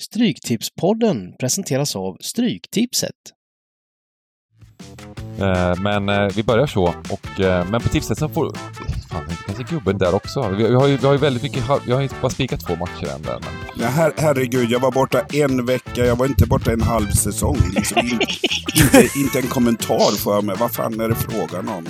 Stryktipspodden presenteras av Stryktipset. Men vi börjar så. Men på tipset så får... Fan, det kanske gubben där också. Vi har ju väldigt mycket... Vi har ju bara spikat 2 matcher än där. Men... Ja, herregud, jag var borta en vecka. Jag var inte borta en halv säsong. Liksom. inte en kommentar för mig. Vad fan är det frågan om?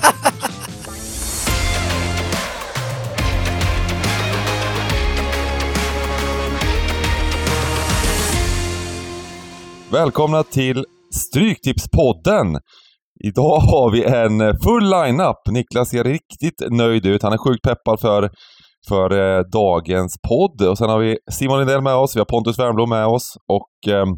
Välkomna till Stryktipspodden! Idag har vi en full line-up. Niklas ser riktigt nöjd ut. Han är sjukt peppad för dagens podd. Och sen har vi Simon Lindell med oss. Vi har Pontus Wernbloom med oss. Och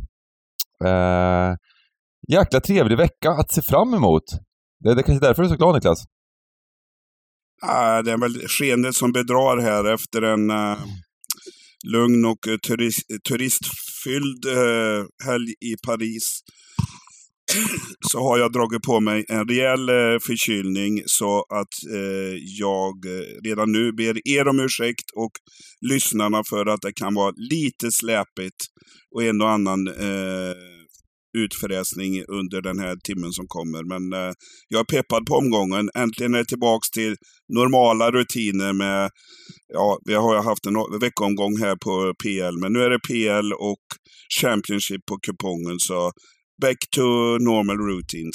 jäkla trevlig vecka att se fram emot. Det är kanske därför du är så glad, Niklas. Det är väl skenet som bedrar här efter en lugn och turistfylld helg i Paris. Så har jag dragit på mig en rejäl förkylning så att jag redan nu ber er om ursäkt och lyssnarna för att det kan vara lite släpigt och en och annan utfräsning under den här timmen som kommer. Men jag är peppad på omgången. Äntligen är jag tillbaks till normala rutiner med, ja, vi har haft en veckomgång här på PL, men nu är det PL och Championship på kupongen, så back to normal routines.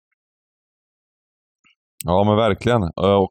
Ja, men verkligen. Och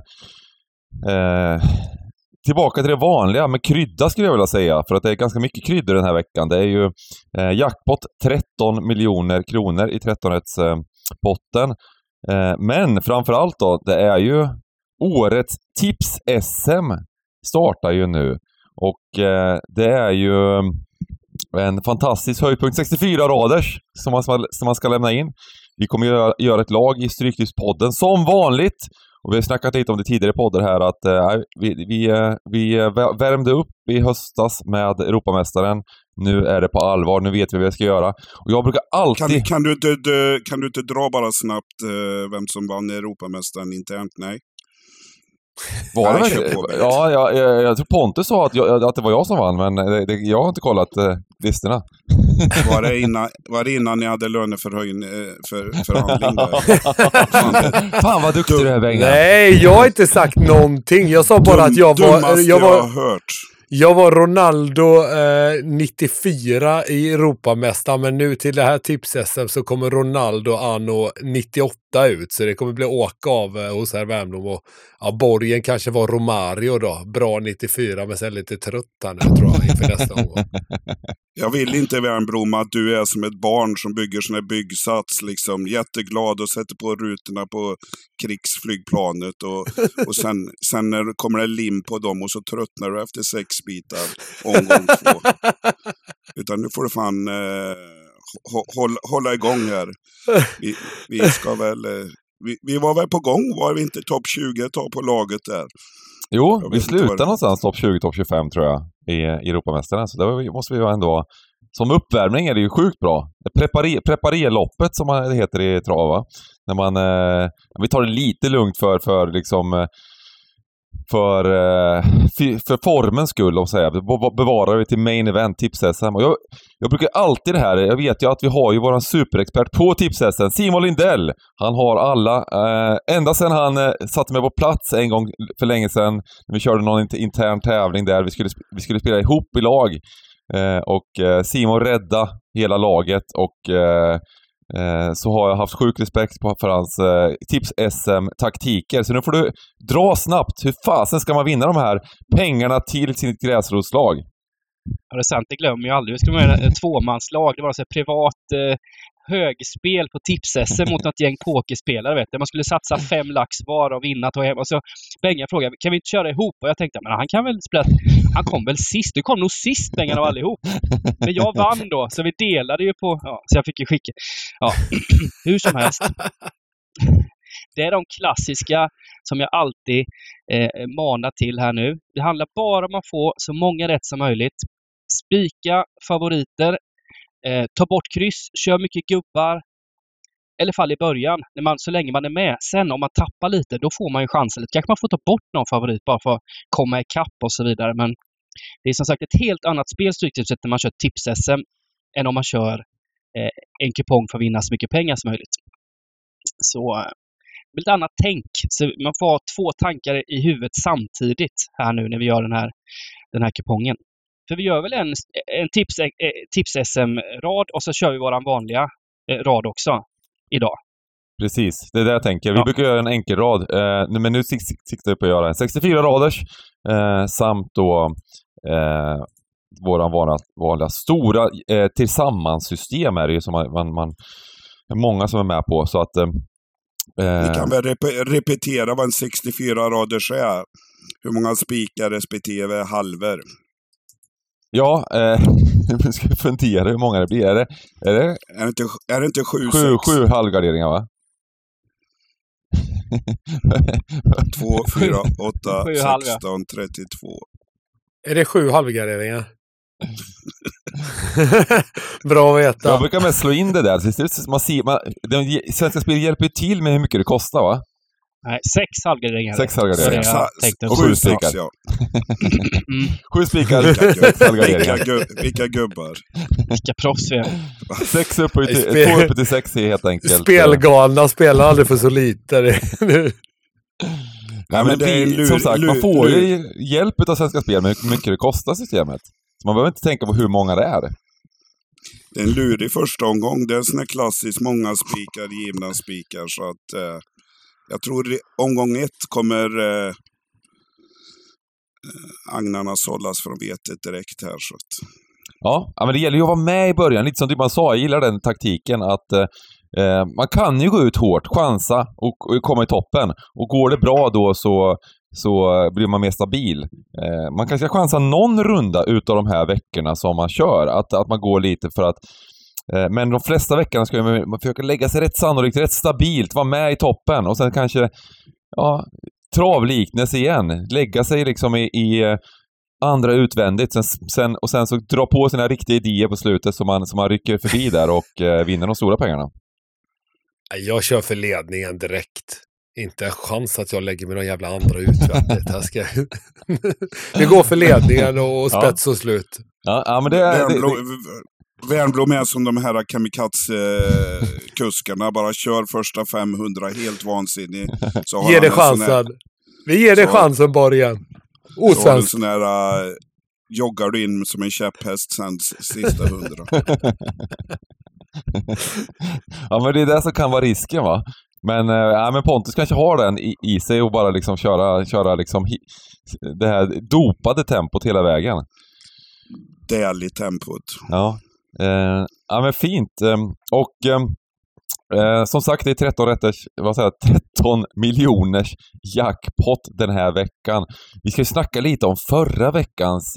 tillbaka till det vanliga med krydda skulle jag vilja säga. För att det är ganska mycket kryddor den här veckan. Det är ju jackpot 13 miljoner kronor i 13-rätts-potten. Men framförallt då, det är ju årets tips-SM startar ju nu. Och det är ju en fantastisk höjdpunkt, 64 raders som man ska lämna in. Vi kommer göra ett lag i Stryktipspodden som vanligt. Och vi har snackat lite om det tidigare poddar här att vi värmde upp i höstas med Europamästaren. Nu är det på allvar, nu vet vi vad vi ska göra. Och jag brukar alltid... Kan du inte dra bara snabbt vem som vann Europamästaren internt? Nej. Var det ja, jag tror Pontus sa att det var jag som vann, men jag har inte kollat listorna. Var det innan ni hade löneförhöjning förhandling där? Fan vad duktig du är, Benga. Nej, jag har inte sagt någonting. Jag sa bara att jag har hört. Jag var Ronaldo 94 i Europamästaren, men nu till det här tips-SM så kommer Ronaldo anno 98 ut, så det kommer bli åka av hos herr Wernbloom. Och ja, borgen kanske var Romario då, bra 94, men sen lite trött här nu tror jag inför nästa omgång. Jag vill inte, Wernbloom, att du är som ett barn som bygger sån här byggsats, liksom jätteglad och sätter på rutorna på krigsflygplanet och sen när det kommer det lim på dem och så tröttnar du efter 6 bitar omgång 2. Utan nu får du fan hålla igång här. Vi ska väl vi var väl på gång, var vi inte topp 20 ett tag på laget där? Jo, vi slutar någonstans topp 20, topp 25 tror jag i Europamästaren, så där måste vi ju ändå, som uppvärmning är det ju sjukt bra. Preparerloppet som det heter i trava. När man vi tar det lite lugnt för liksom för formens skull, om säga. Bevarar vi till main event tips-SM. Och jag brukar alltid det här. Jag vet ju att vi har ju våran superexpert på tips-SM, Simon Lindell. Han har alla ända sedan han satte mig på plats en gång för länge sedan när vi körde någon intern tävling där vi skulle spela ihop i lag. Och Simon rädda hela laget och så har jag haft sjuk respekt för hans tips-SM-taktiker. Så nu får du dra snabbt. Hur fasen ska man vinna de här pengarna till sitt gräsrotslag? Ja, det är sant, det glömmer jag aldrig. Vi skulle göra ett tvåmanslag. Det var så privat högspel på tips-SM mot något gäng pokerspelare, vet du. Man skulle satsa 5 lax var och vinna, ta hem. Och så Benga frågade, kan vi inte köra ihop? Och jag tänkte, men han kan väl spela. Han kom väl sist. Du kom nog sist, Benga, av allihop. Men jag vann då, så vi delade ju på, ja, så jag fick ju skicka. Ja, hur som helst. Det är de klassiska som jag alltid manar till här nu. Det handlar bara om att få så många rätt som möjligt. Spika favoriter. Ta bort kryss. Kör mycket gubbar. Eller fall i början. Så länge man är med. Sen om man tappar lite, då får man ju chansen. Kanske man får ta bort någon favorit bara för att komma ikapp och så vidare. Men Det är som sagt ett helt annat spel Stryktipset när man kör tips-SM än om man kör en kupong för att vinna så mycket pengar som möjligt. Så det blir ett annat tänk. Så man får ha 2 tankar i huvudet samtidigt här nu när vi gör den här kupongen. För vi gör väl en tips-SM-rad och så kör vi våran vanliga rad också idag. Precis, det är det jag tänker. Vi brukar göra en enkel rad, men nu siktar vi på att göra en 64 raders samt då våran vanliga stora tillsammans-system är det ju som man många som är med på. Så att Vi kan väl repetera vad en 64 raders är. Hur många spikar respektive halver? Ja, nu ska jag fundera hur många det blir. Är det inte 7 halvgarderingar, va? 2, 4, 8, 16, 32. Är det 7 halvgarderingar? Bra att veta. Jag brukar mest slå in det där. Svenska Spel hjälper ju till med hur mycket det kostar, va? Nej, 6 halvgarderingar. 6 halvgarderingar. Och 7 spikar. 7 spikar. Vilka gubbar. Vilka proffs vi är. 6 uppe till 6 är helt enkelt. Spelgalna spelar aldrig för så lite. Nej, men det är som sagt, man får ju hjälp av Svenska Spel med hur mycket det kostar systemet. Så man behöver inte tänka på hur många det är. Det är en lurig första omgång. Det är en sån här klassisk många spikar, givna spikar. Så att jag tror omgång 1 kommer agnarna sållas från vetet direkt här. Så att. Ja, men det gäller ju att vara med i början. Lite som du man sa, jag gillar den taktiken att man kan ju gå ut hårt, chansa och komma i toppen. Och går det bra då så blir man mer stabil. Man kanske ska chansa någon runda utav de här veckorna som man kör. Att man går lite för att men de flesta veckorna ska man försöka lägga sig rätt sannolikt, rätt stabilt, vara med i toppen och sen kanske travliknelse igen. Lägga sig liksom i andra utvändigt sen så dra på sina riktiga idéer på slutet så man rycker förbi där och vinner de stora pengarna. Jag kör för ledningen direkt. Inte en chans att jag lägger mig någon jävla andra utvändigt. Vi går för ledningen och spets och slut. Ja, men det är... Värnblom är som de här kamikaze-kuskarna. Bara kör första 500 helt vansinnig. Ge det chansen. Vi ger det chansen, Borgen. Så har du sån här... joggar du in som en käpphäst sen sista 100. Ja, men det är det som kan vara risken, va? Men Pontus kanske har den i sig och bara liksom köra liksom det här dopade tempot hela vägen. Därligt tempot. Ja. Men fint. Och som sagt, det är 13 miljoners jackpot den här veckan. Vi ska snacka lite om förra veckans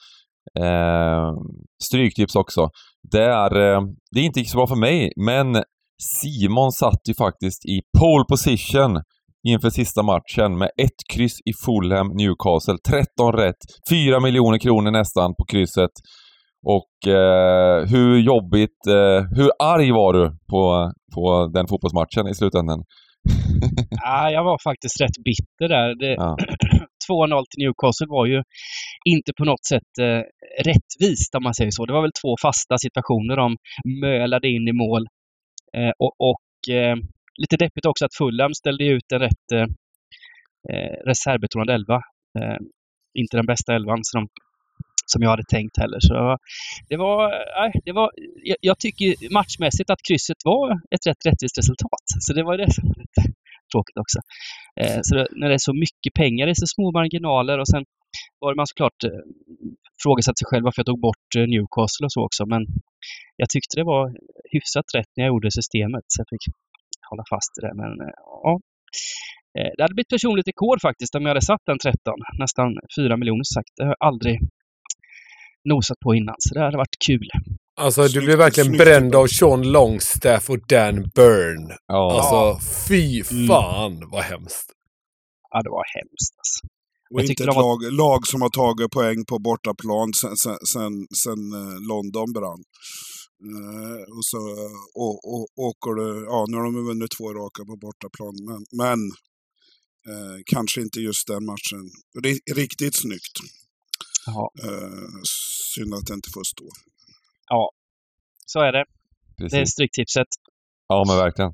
stryktips också. Det inte gick så bra för mig, men Simon satt ju faktiskt i pole position inför sista matchen med 1 kryss i Fulham Newcastle. 13 rätt, 4 miljoner kronor nästan på krysset. Och hur arg var du på den fotbollsmatchen i slutändan? Jag var faktiskt rätt bitter där. 2-0 till Newcastle var ju inte på något sätt rättvist, om man säger så. Det var väl 2 fasta situationer de mölade in i mål. Lite deppigt också att Fulham ställde ut en rätt reservbetonad 11. Inte den bästa 11 som jag hade tänkt heller. Så jag tycker matchmässigt att krysset var ett rätt rättvist resultat. Så det var det som var lite tråkigt också. Så när det är så mycket pengar, det är så små marginaler, och sen var man såklart frågasatt sig själv varför jag tog bort Newcastle och så också. Men jag tyckte det var hyfsat rätt när jag gjorde systemet, så jag fick hålla fast i det. Men ja, det hade blivit personligt rekord faktiskt om jag hade satt den 13. Nästan 4 miljoner sagt. Det har jag aldrig nosat på innan, så det hade varit kul. Alltså du blev verkligen bränd av Sean Longstaff och Dan Burn. Ja. Alltså fy fan vad hemskt. Ja, det var hemskt alltså. Och inte ett lag som har tagit poäng på bortaplan sen London brann. Och så åker du... Ja, nu har de vunnit 2 raka på bortaplan. Men kanske inte just den matchen. Det är riktigt snyggt. Ja. Synd att det inte får stå. Ja, så är det. Precis. Det är stryktipset. Ja, men verkligen.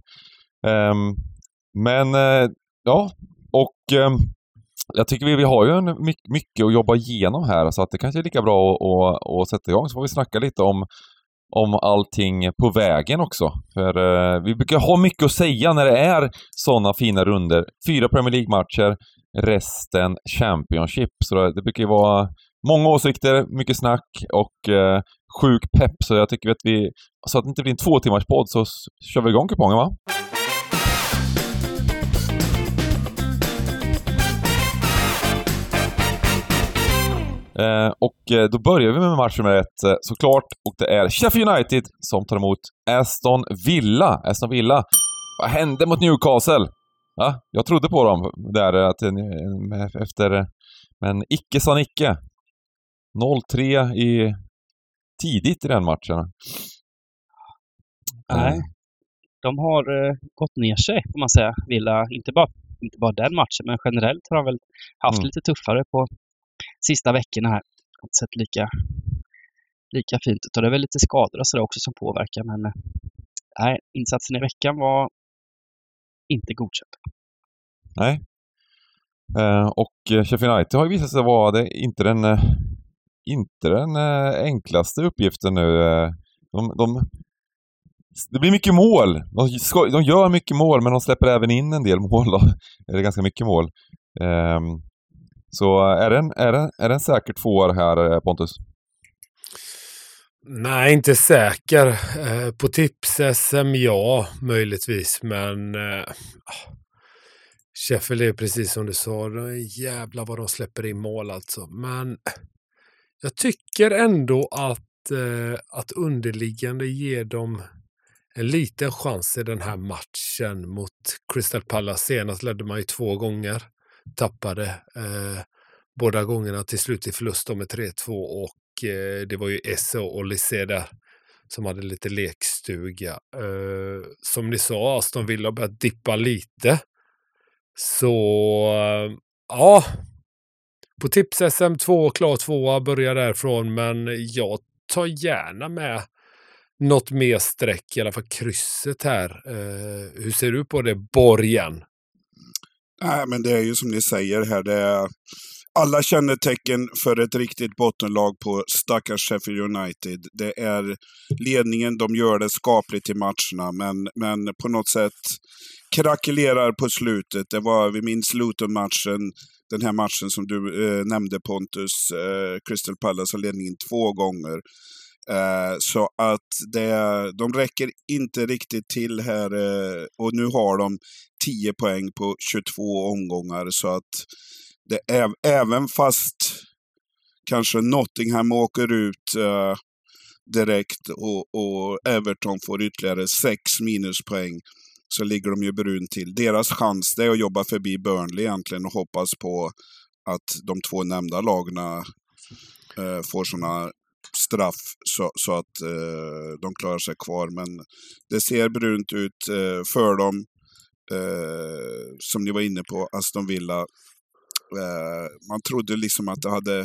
Ja, och jag tycker vi har ju mycket att jobba igenom här, så att det kanske är lika bra att sätta igång, så får vi snacka lite om allting på vägen också. För vi brukar ha mycket att säga när det är sådana fina runder. 4 Premier League-matcher, resten Championship. Så det brukar ju vara många åsikter, mycket snack och sjuk pepp. Så jag tycker att så att det inte blir en 2 timmars podd, så kör vi igång kupongen, va? Och då börjar vi med match nummer 1 såklart, och det är Sheffield United som tar emot Aston Villa. Aston Villa, vad hände mot Newcastle? Ja, jag trodde på dem där efter, men icke sa Nicke. 0-3 tidigt i den matchen. Nej, de har gått ner sig, får man säga. Villa, inte bara den matchen, men generellt har de väl haft lite tuffare på sista veckorna här. Inte sett lika fint ut. Och det är väl lite skador och sådär också som påverkar. Men nej, insatsen i veckan var inte godkänd. Nej. Och Sheffield United har ju visat sig vara inte den enklaste uppgiften nu. Det blir mycket mål. De gör mycket mål, men de släpper även in en del mål då. Det är ganska mycket mål. Så är den säkert 2 här, Pontus? Nej, inte säker. På tips-SM, ja, möjligtvis. Men Sheffield är precis som du sa. Jävlar vad de släpper in mål alltså. Men jag tycker ändå att underliggande ger dem en liten chans i den här matchen mot Crystal Palace. Senast ledde man ju 2 gånger. Tappade båda gångerna till slut i förlust med 3-2, och det var ju Esse och Olise där som hade lite lekstuga. Som ni sa, Aston Villa har börjat dippa lite. Så ja, på tips-SM 2, klar 2, börjar därifrån, men jag tar gärna med något mer streck, i alla fall krysset här. Hur ser du på det, Borgen? Nej, men det är ju som ni säger här, det är alla kännetecken för ett riktigt bottenlag på stackars Sheffield United. Det är ledningen, de gör det skapligt i matcherna, men på något sätt krackelerar på slutet. Vi minns Luton-matchen, den här matchen som du nämnde, Pontus, Crystal Palace har ledningen 2 gånger. Så att de räcker inte riktigt till här, och nu har de 10 poäng på 22 omgångar, så att det är, även fast kanske Nottingham åker ut direkt och Everton får ytterligare 6 minuspoäng, så ligger de ju brunt till. Deras chans är att jobba förbi Burnley egentligen och hoppas på att de 2 nämnda lagna får såna straff så att de klarar sig kvar. Men det ser brunt ut för dem. Som ni var inne på, Aston Villa. Man trodde liksom att det hade,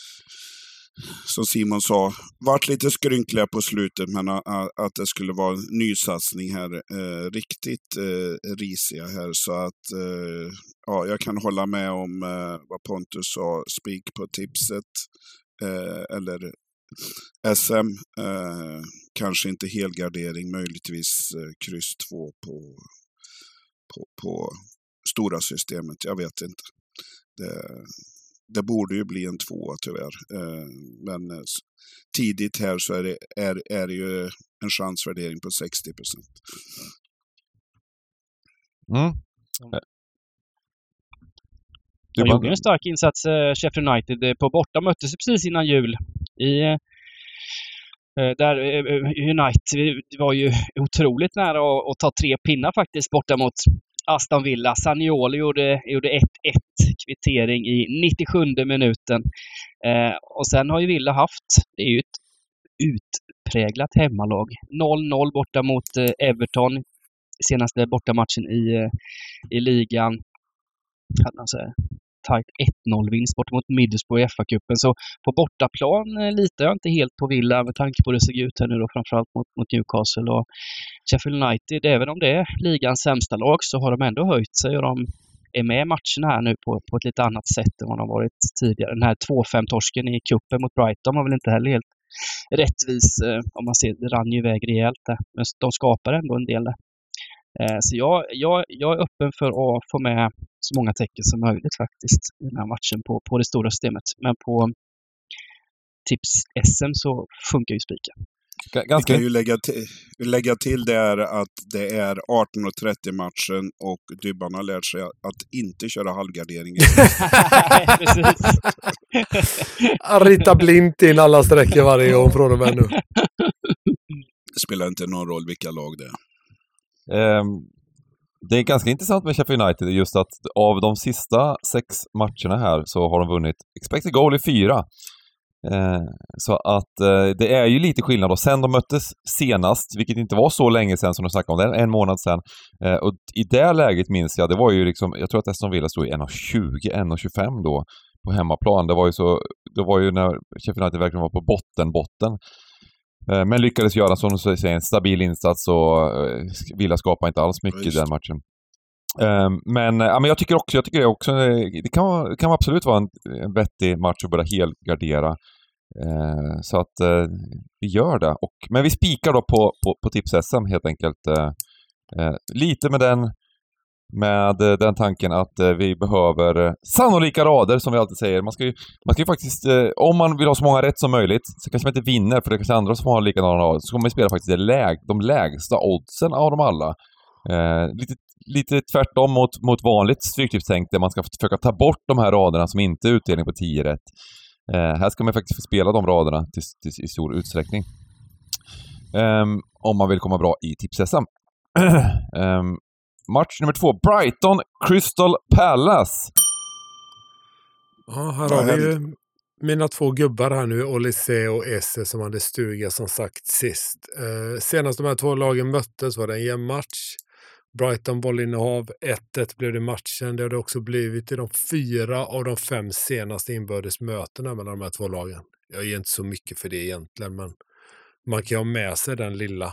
som Simon sa, varit lite skrynkliga på slutet, men att det skulle vara en nysatsning här, riktigt risiga här. Så att ja, jag kan hålla med om vad Pontus sa, spik på tipset, eller SM, kanske inte helgardering, möjligtvis kryss 2 på stora systemet, jag vet inte. Det borde ju bli en 2 tyvärr. Men tidigt här så är det ju en chansvärdering på 60%. Mm. De gjorde en stark insats, Sheffield United. På borta möttes precis innan jul. Där United var ju otroligt nära att ta 3 pinnar faktiskt borta mot Aston Villa. Zaniolo gjorde 1-1 kvittering i 97 minuten. Och sen har ju Villa haft, det är ju ett utpräglat hemmalag. 0-0 borta mot Everton. Senaste bortamatchen i ligan. tajt 1-0-vinst bort mot Middlesbrough i FA-cupen. Så på bortaplan litar jag inte helt på Villa med tanke på hur det såg ut här nu då, framförallt mot Newcastle och Sheffield United. Även om det är ligans sämsta lag så har de ändå höjt sig och de är med i matcherna här nu på ett lite annat sätt än vad de varit tidigare. Den här 2-5-torsken i kuppen mot Brighton var väl inte heller helt rättvis om man ser, det rann ju iväg rejält där. Men de skapar ändå en del där. Så jag är öppen för att få med så många tecken som möjligt faktiskt i den här matchen på det stora systemet. Men på tips-SM så funkar ju spiken. Vi kan ju lägga till där att det är 18:30 matchen och Dybban har lärt sig att inte köra halvgardering. Precis. Han ritar blint in alla sträckor varje gång från och med nu. Det spelar inte någon roll vilka lag det är. Det är ganska intressant med Sheffield United just att av de sista 6 matcherna här så har de vunnit expected goal i 4. Så att det är ju lite skillnad. Och sen de möttes senast, vilket inte var så länge sedan som de snackade om det, en månad sedan. Och i det läget minns jag, det var ju liksom, jag tror att Aston Villa stod i 1,20, 1,25 då på hemmaplan. Det var ju när Sheffield United verkligen var på botten. Men lyckades göra som du säger en stabil insats och Villa skapade inte alls mycket i den matchen. Men jag tycker det också det kan absolut vara en vettig match att börja helgardera. Så att vi gör det. Men vi spikar då på tips-SM helt enkelt. Lite med den tanken att vi behöver sannolika rader som vi alltid säger. Man ska ju faktiskt, om man vill ha så många rätt som möjligt så kanske man inte vinner för det kanske andra som har likadana rader, så kommer man spela faktiskt de lägsta oddsen av dem alla. Lite tvärtom mot vanligt stryktipstänk där man ska försöka ta bort de här raderna som inte är utdelning på 10 rätt. Här ska man faktiskt få spela de raderna i stor utsträckning. Om man vill komma bra i tips-SM. Match nummer 2. Brighton Crystal Palace. Ja, här har vi ju mina 2 gubbar här nu, Olise och Esse, som hade stuga som sagt sist. Senast de här 2 lagen möttes var det en jämn match. Brighton bollinnehav, 1-1 blev det matchen. Det har det också blivit i de 4 av de 5 senaste inbördes mötena mellan de här 2 lagen. Jag ger inte så mycket för det egentligen, men man kan ha med sig den lilla.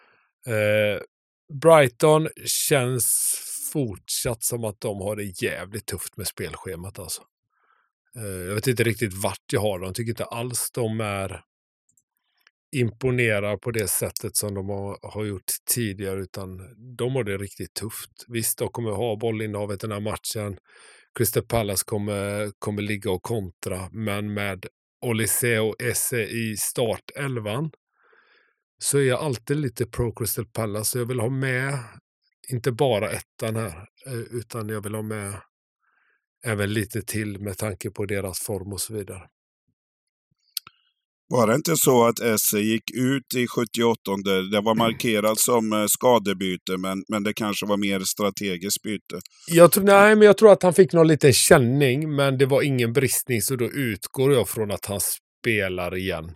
Brighton känns fortsatt som att de har det jävligt tufft med spelschemat alltså. Jag vet inte riktigt vart jag har dem. Jag tycker inte alls de imponerar på det sättet som de har gjort tidigare, utan de har det riktigt tufft. Visst, de kommer ha bollinnehavet i den här matchen. Crystal Palace kommer ligga och kontra, men med Olise och Esse i startelvan så är jag alltid lite pro Crystal Palace. Så jag vill ha med inte bara ettan här, utan jag vill ha med även lite till med tanke på deras form och så vidare. Var det inte så att Esse gick ut i 78:e? Det var markerat som skadebyte, men det kanske var mer strategiskt byte. Jag tror att han fick någon liten känning, men det var ingen bristning, så då utgår jag från att han spelar igen.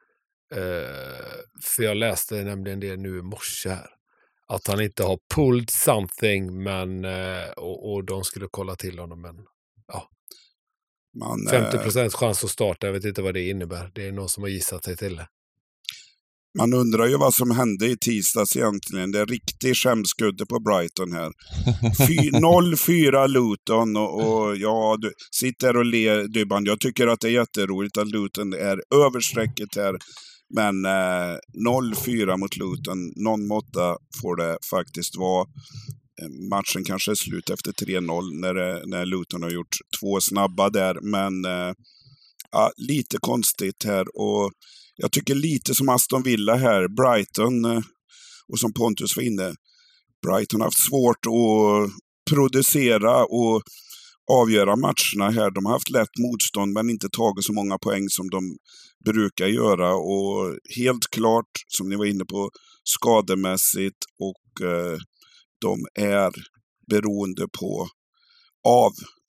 För jag läste nämligen det nu i morse här. Att han inte har pulled something, men och de skulle kolla till honom, men ja. 50% chans att starta, jag vet inte vad det innebär. Det är någon som har gissat sig till det. Man undrar ju vad som hände i tisdags egentligen. Det är riktig skämskudde på Brighton här. 0-4 Luton och ja, du sitter och ler, Dybban. Jag tycker att det är jätteroligt att Luton är över strecket här. Men 0-4 mot Luton, någon måtta får det faktiskt vara. Matchen kanske är slut efter 3-0 när Luton har gjort 2 snabba där. Men lite konstigt här. Och jag tycker lite som Aston Villa här. Brighton, och som Pontus var inne, Brighton har haft svårt att producera och avgöra matcherna här. De har haft lätt motstånd men inte tagit så många poäng som de brukar göra. Och helt klart, som ni var inne på, skademässigt och de är beroende av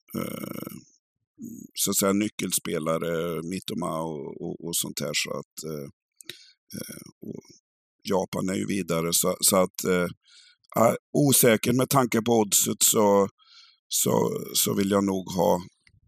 så att säga nyckelspelare, Mittoma och sånt här, så att och Japan är ju vidare, så att osäker med tanke på oddset så vill jag nog ha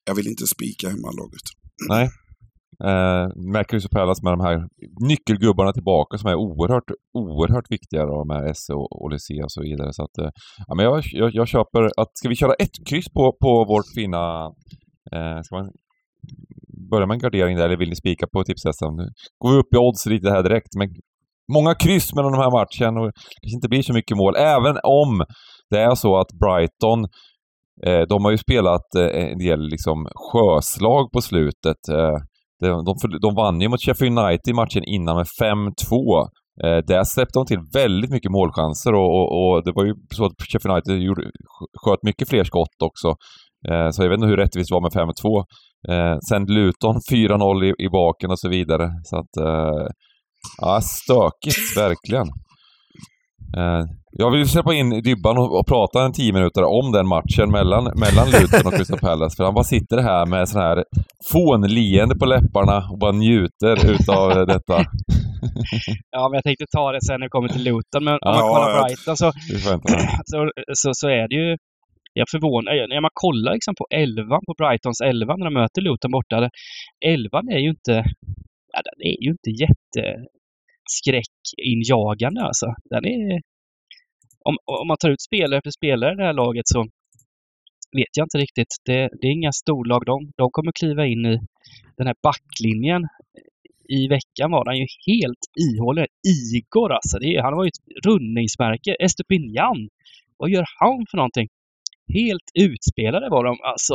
Jag vill inte spika hemmalaget. Nej. Med Crystal Palace med de här nyckelgubbarna tillbaka som är oerhört viktiga då, med Esse och Olysée och så vidare. Så att, ja, men jag köper att, ska vi köra ett kryss på vårt fina, ska man börja med en gardering där eller vill ni spika på Tips-SM? Nu går vi upp i odds lite här direkt, men många kryss mellan de här matchen och det inte blir så mycket mål, även om det är så att Brighton de har ju spelat en del liksom sjöslag på slutet. De vann ju mot Sheffield United i matchen innan med 5-2. Där släppte de till väldigt mycket målchanser och det var ju så att Sheffield United sköt mycket fler skott också. Så jag vet inte hur rättvist det var med 5-2. Sen Luton 4-0 i baken och så vidare. Så att, ja, stökigt verkligen. Jag vill släppa in Dybban och prata en 10 minuter om den matchen mellan Luton och Crystal Palace. För han bara sitter här med sån här fånleende på läpparna och bara njuter utav detta. Ja, men jag tänkte ta det sen när jag kommer till Luton. Men om man kollar Brighton så är det ju... Jag förvånar, när man kollar liksom på 11 på Brightons 11 när de möter Luton borta. 11 är ju inte... Ja, den är ju inte jätteskräckinjagande alltså. Den är... Om man tar ut spelare för spelare i det här laget så vet jag inte riktigt. Det är inga storlag. De kommer kliva in i den här backlinjen. I veckan var han ju helt ihållande. Igor alltså. Han var ju ett rundningsmärke. Estupinian. Vad gör han för någonting? Helt utspelade var de. Alltså,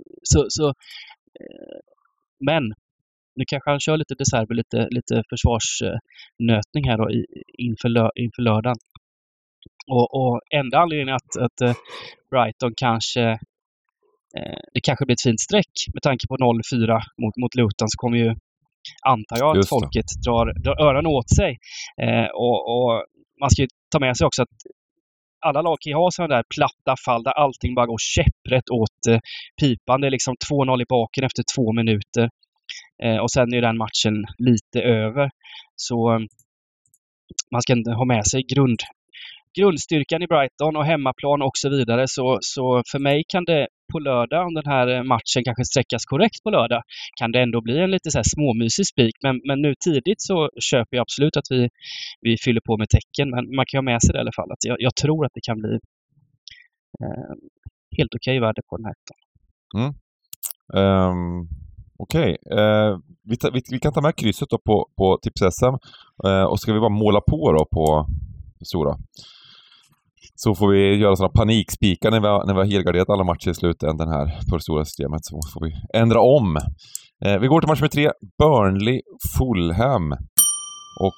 men nu kanske han kör lite reserv, lite försvarsnötning här då inför lördagen. Och enda anledningen att Brighton det kanske blir ett fint streck med tanke på 0-4 mot Luton, så kommer ju, antar jag, att folket drar öronen åt sig. Och man ska ju ta med sig också att alla lag kan ju ha sådana där platta fall där allting bara går käpprätt åt pipan. Det är liksom 2-0 i baken efter 2 minuter. Och sen är den matchen lite över. Så man ska inte ha med sig grundstyrkan i Brighton och hemmaplan och så vidare. Så för mig kan det på lördag, om den här matchen kanske sträckas korrekt på lördag, kan det ändå bli en lite så här småmysig spik. Men nu tidigt så köper jag absolut att vi fyller på med tecken. Men man kan ha med sig det i alla fall. Att jag tror att det kan bli helt okej värde på den här. Okej. Vi kan ta med krysset då på Tips-SM. Och ska vi bara måla på då på stora. Så får vi göra sådana panikspikar när vi har helgarderat alla matcher i slutändan här på det stora systemet. Så får vi ändra om. Vi går till match med 3. Burnley-Fulham. Och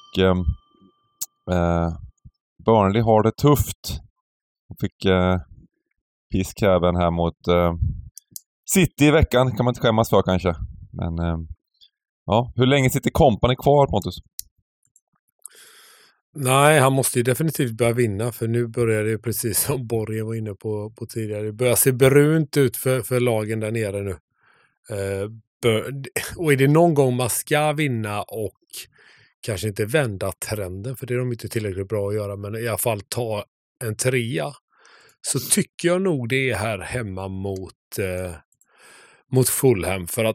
Burnley har det tufft. De fick pisk även här mot City i veckan. Kan man inte skämmas för kanske. Men ja, hur länge sitter Kompany kvar, Pontus? Nej, han måste ju definitivt börja vinna, för nu börjar det precis som Borgen var inne på tidigare. Det börjar se brunt ut för lagen där nere nu. Och är det någon gång man ska vinna och kanske inte vända trenden, för det är de inte tillräckligt bra att göra, men i alla fall ta en 3, så tycker jag nog det är här hemma mot Fulham, för att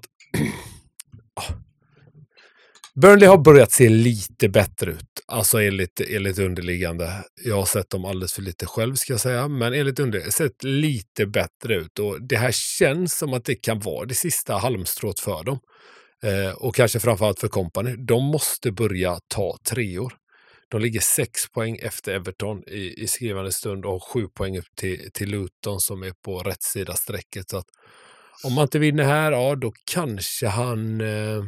Burnley har börjat se lite bättre ut. Alltså enligt underliggande. Jag har sett dem alldeles för lite själv, ska jag säga. Men enligt underliggande sett lite bättre ut. Och det här känns som att det kan vara det sista halmstrået för dem. Och kanske framförallt för Kompany. De måste börja ta 3-or. De ligger 6 poäng efter Everton i skrivande stund och 7 poäng upp till Luton som är på rätt sida strecket. Så att om man inte vinner här, ja, då kanske han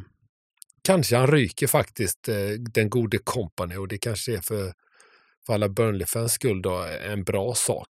ryker faktiskt, den gode Kompany, och det kanske är för alla Burnley-fans skull då en bra sak.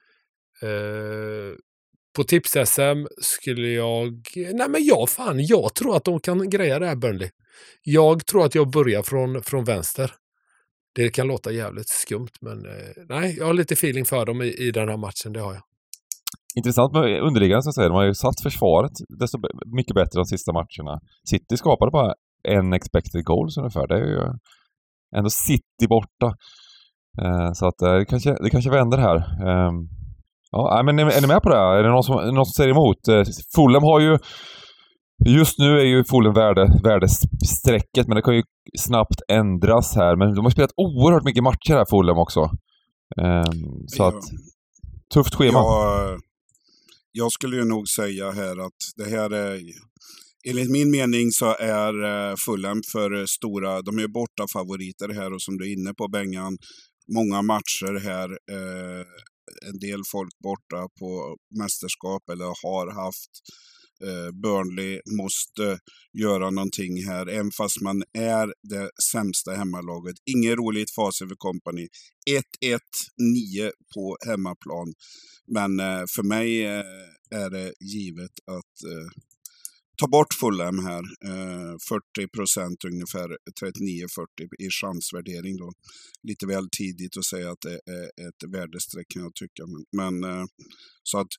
På Tips-SM skulle jag tror att de kan greja det här, Burnley. Jag tror att jag börjar från vänster. Det kan låta jävligt skumt, men nej, jag har lite feeling för dem i den här matchen, det har jag. Intressant med underliggande, som säger. De har ju satt försvaret desto mycket bättre de sista matcherna. City skapade bara en expected goals ungefär. Det är ju ändå City borta. Så att det kanske vänder här. Ja, men är ni med på det? Är det någon som säger emot? Fulham har ju... Just nu är ju Fulham värdestrecket, men det kan ju snabbt ändras här. Men de har spelat oerhört mycket matcher här, Fulham också. Så att... Tufft schema. Jag skulle ju nog säga här att det här är... Enligt min mening så är Fulham för stora. De är borta favoriter här, och som du är inne på, Bengan, många matcher här. En del folk borta på mästerskap eller har haft. Burnley måste göra någonting här, även fast man är det sämsta hemmalaget. Ingen roligt fas över Company. 1-1, 9 på hemmaplan. Men för mig är det givet att ta bort Fulham här. 40% ungefär, 39-40 i chansvärdering då. Lite väl tidigt att säga att det är ett värdestreck, kan jag tycka. Men så att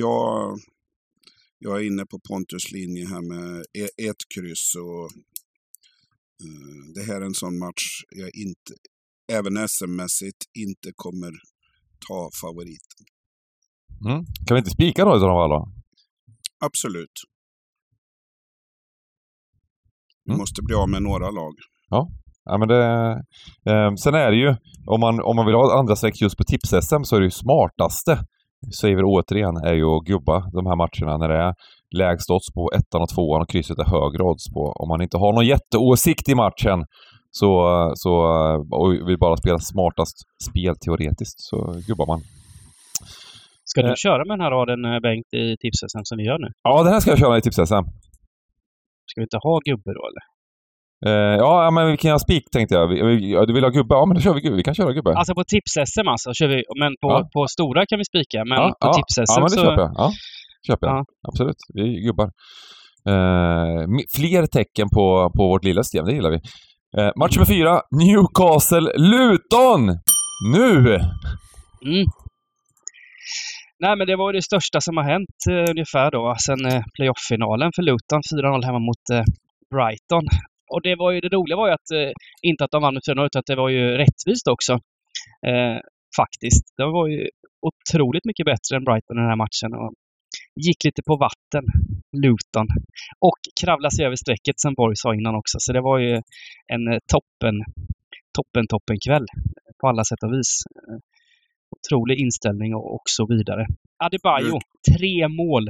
jag är inne på Pontus linje här med ett kryss, och det här är en sån match jag inte, även SM-mässigt, inte kommer ta favoriten. Kan vi inte spika då i sådana fall då? Absolut. Vi måste bli av med några lag. Ja, men det... sen är det ju, om man vill ha andra streck just på tips-SM, så är det ju smartaste, säger vi återigen, är ju att gubba de här matcherna när det är lägst odds på 1 och 2 och krysset är högre odds på. Om man inte har någon jätteåsikt i matchen och vill bara spela smartast spel teoretiskt, så gubbar man. Ska du köra med den här raden, Bengt, i tips-SM som vi gör nu? Ja, den här ska jag köra i tips-SM. Ska vi inte ha gubbe då, eller? Ja, men vi kan ha spik, tänkte jag. Du vill ha gubbe? Ja, men då kör vi gubbe. Vi kan köra gubbe. Alltså på tips-SM kör vi, men på stora kan vi spika, men på tips-SM men det så... köper jag. Ja, köper jag. Absolut. Vi gubbar. Fler tecken på vårt lilla system, det gillar vi. Match nummer 4, Newcastle-Luton! Nu! Nej, men det var ju det största som har hänt ungefär då sen playoff-finalen för Luton. 4-0 hemma mot Brighton. Och det roliga var ju att inte att de vann med 4-0, utan att det var ju rättvist också. Faktiskt. Det var ju otroligt mycket bättre än Brighton i den här matchen. Och gick lite på vatten, Luton. Och kravlade sig över strecket, som Borg sa innan också. Så det var ju en toppen kväll på alla sätt och vis. Otrolig inställning och så vidare. Adebayo, 3 mål.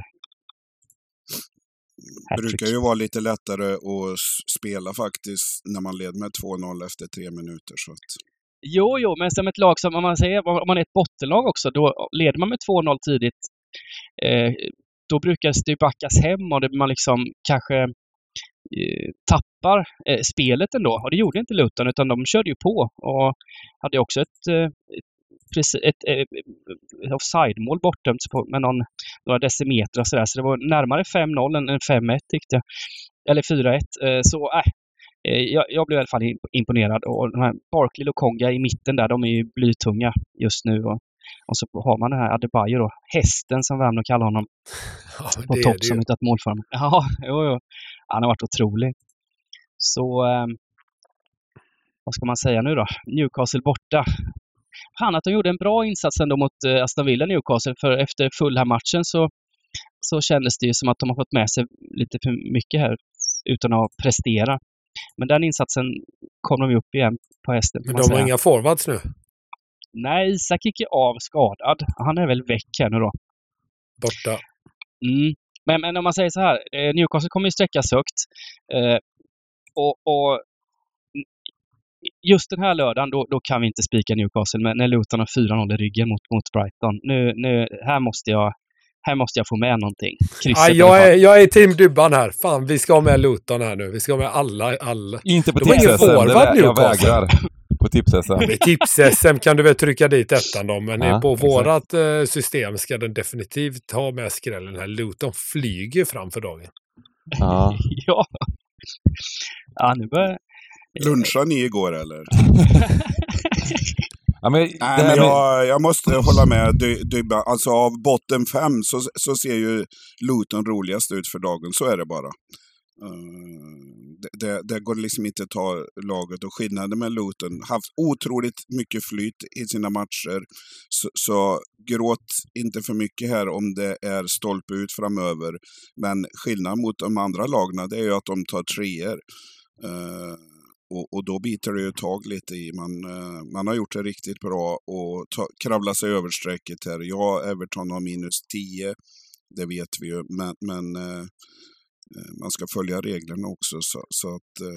Det brukar ju vara lite lättare att spela faktiskt när man leder med 2-0 efter 3 minuter. Så att... Jo, men som ett lag som, om man är ett bottenlag också, då leder man med 2-0 tidigt. Då brukar det backas hem och man liksom kanske tappar spelet ändå. Och det gjorde inte Luton, utan de körde ju på och hade också ett offside-mål bortdömt med några decimeter och sådär. Så det var närmare 5-0 än 5-1 tyckte jag. Eller 4-1. Så jag blev i alla fall imponerad. Och de här Barkley och Konga i mitten där, de är ju blytunga just nu. Och så har man den här Adebayo då. Hästen som Värmland kallar honom. På topp som inte ett målform. Ja, jo. Han har varit otrolig. Så vad ska man säga nu då? Newcastle borta. Att de gjorde en bra insats ändå mot Aston Villa Newcastle, för efter Fulham-matchen så kändes det ju som att de har fått med sig lite för mycket här utan att prestera. Men den insatsen kom de upp igen på hästen. Men de har inga forwards nu? Nej, Isak gick av skadad. Han är väl väck här nu då. Borta. Men om man säger så här, Newcastle kommer ju sträckas högt. Och just den här lördagen, då kan vi inte spika Newcastle, men när Luton har 4-0 i ryggen mot Brighton. Nu här måste jag få med någonting. Jag är team Dybban här. Fan, vi ska ha med Luton här nu. Vi ska ha med alla. Inte på tips-SM. Jag vägrar på tips-SM. Med tips-SM kan du väl trycka dit ettan då, men på vårat system ska den definitivt ha med skrällen här. Luton flyger fram för dagen. Ja. Ja, nu börjar... Lunchade ni igår eller? Ja, men jag måste hålla med Dybban. Alltså av botten 5 så ser ju Luton roligast ut för dagen. Så är det bara. Det går liksom inte att ta laget, och skillnaden med Luton, haft otroligt mycket flyt i sina matcher, så gråt inte för mycket här om det är stolpe ut framöver, men skillnaden mot de andra lagna, det är ju att de tar treor. Och då biter det ju tag lite i. Man har gjort det riktigt bra och kravla sig över strecket här. Ja, Everton har -10, det vet vi ju, men man ska följa reglerna också, så att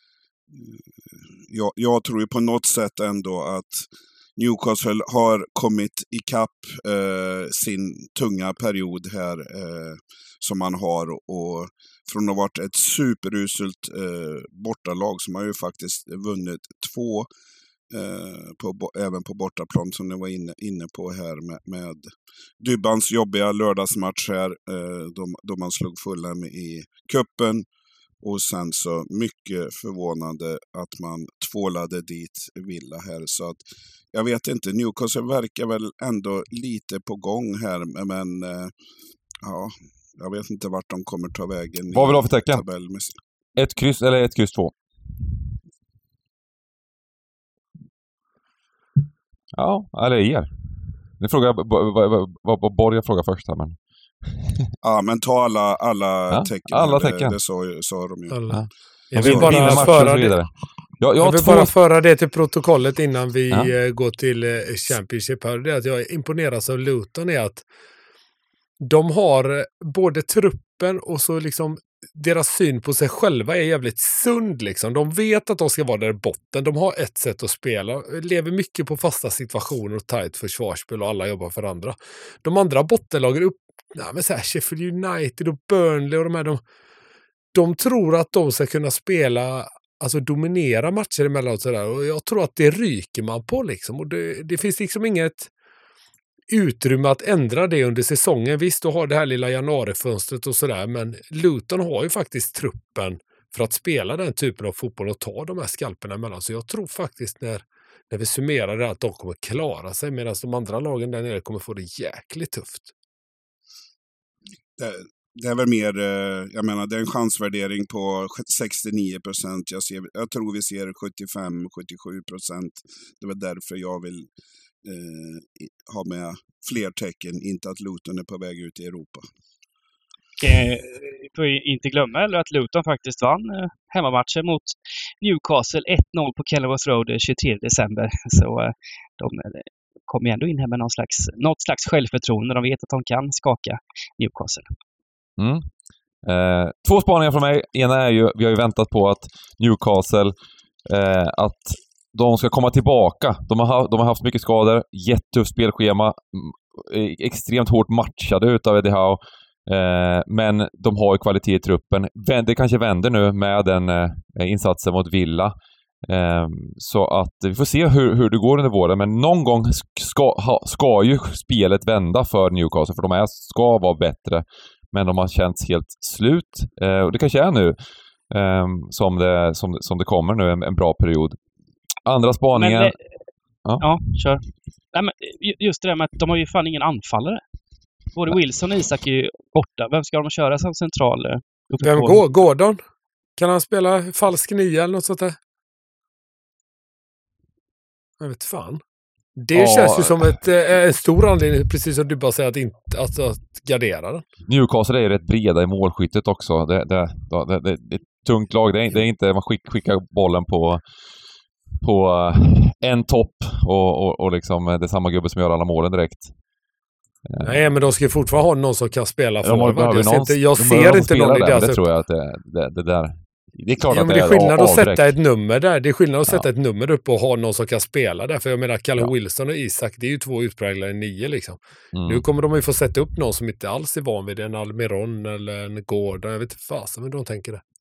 jag tror ju på något sätt ändå att Newcastle har kommit ikapp sin tunga period här som man har, och från att ha varit ett superuselt bortalag, som har ju faktiskt vunnit 2 även på bortaplan, som ni var inne på här med Dybbans jobbiga lördagsmatch här, då man slog Fulham i kuppen, och sen så mycket förvånande att man tvålade dit Villa här. Så att jag vet inte, Newcastle verkar väl ändå lite på gång här, men ja, jag vet inte vart de kommer ta vägen. Vad vill du ha för tecken? 1 kryss eller 1 kryss 2? Ja, eller er. Nu frågar jag vad Borg frågar först här, men... Ja, men ta alla tecken. Alla tecken. Det sa de ju. Ja. Jag vill bara föra det till protokollet innan vi går till Championship här. Det är att jag imponeras av Luton är att de har både truppen och så liksom deras syn på sig själva är jävligt sund liksom. De vet att de ska vara där i botten. De har ett sätt att spela. Lever mycket på fasta situationer och tajt försvarsspel, och alla jobbar för andra. De andra bottenlagen men så här, Sheffield United och Burnley och de här, de tror att de ska kunna spela, alltså dominera matcher emellan och sådär. Och jag tror att det ryker man på liksom. Och det finns liksom inget utrymme att ändra det under säsongen. Visst, du har det här lilla januarifönstret och sådär, men Luton har ju faktiskt truppen för att spela den typen av fotboll och ta de här skalperna emellan. Så jag tror faktiskt när vi summerar det att de kommer klara sig, medan de andra lagen där nere kommer få det jäkligt tufft. Det är väl mer, jag menar, det är en chansvärdering på 69%. Jag tror vi ser 75-77%. Det var därför jag vill ha med fler tecken, inte att Luton är på väg ut i Europa. Vi får inte glömma eller att Luton faktiskt vann hemmamatchen mot Newcastle 1-0 på Kenilworth Road 23 december. Så de kommer ändå in här med något slags självförtroende. De vet att de kan skaka Newcastle. 2 spaningar från mig. Ena är ju, vi har ju väntat på att Newcastle att de ska komma tillbaka. De har haft mycket skador, jättetufft spelschema, extremt hårt matchade utav Eddie Howe, men de har ju kvalitet i truppen. Det kanske vänder nu med den insatsen mot Villa. Så att vi får se hur det går under våren, men någon gång ska ju spelet vända för Newcastle, för de ska vara bättre, men de har känts helt slut, och det kanske är nu som det kommer nu en bra period. Andra spaningen... Men, ja, kör. Nej, men just det där med att de har ju fan ingen anfallare. Både Wilson och Isak är ju borta. Vem ska de köra som central? Vem går? Gordon? Kan han spela falsk 9 eller något sånt där? Jag vet fan. Det känns ju som en stor anledning, precis som du bara säger, att gardera den. Newcastle är rätt breda i målskyttet också. Det är ett tungt lag. Det är inte man skickar bollen på en topp och liksom det är samma gubbe som gör alla målen direkt. Nej, men de ska ju fortfarande ha någon som kan spela för jag ser inte någon i deras... Det tror jag att det där... Det är klart att det är skillnad att sätta ett nummer där. Det är skillnad att sätta ett nummer upp och ha någon som kan spela där. För jag menar, Callum Wilson och Isak, det är ju 2 utpräglade 9 liksom. Nu kommer de ju få sätta upp någon som inte alls är van vid en Almiron eller en Gordon. Jag vet inte fasen men de tänker det.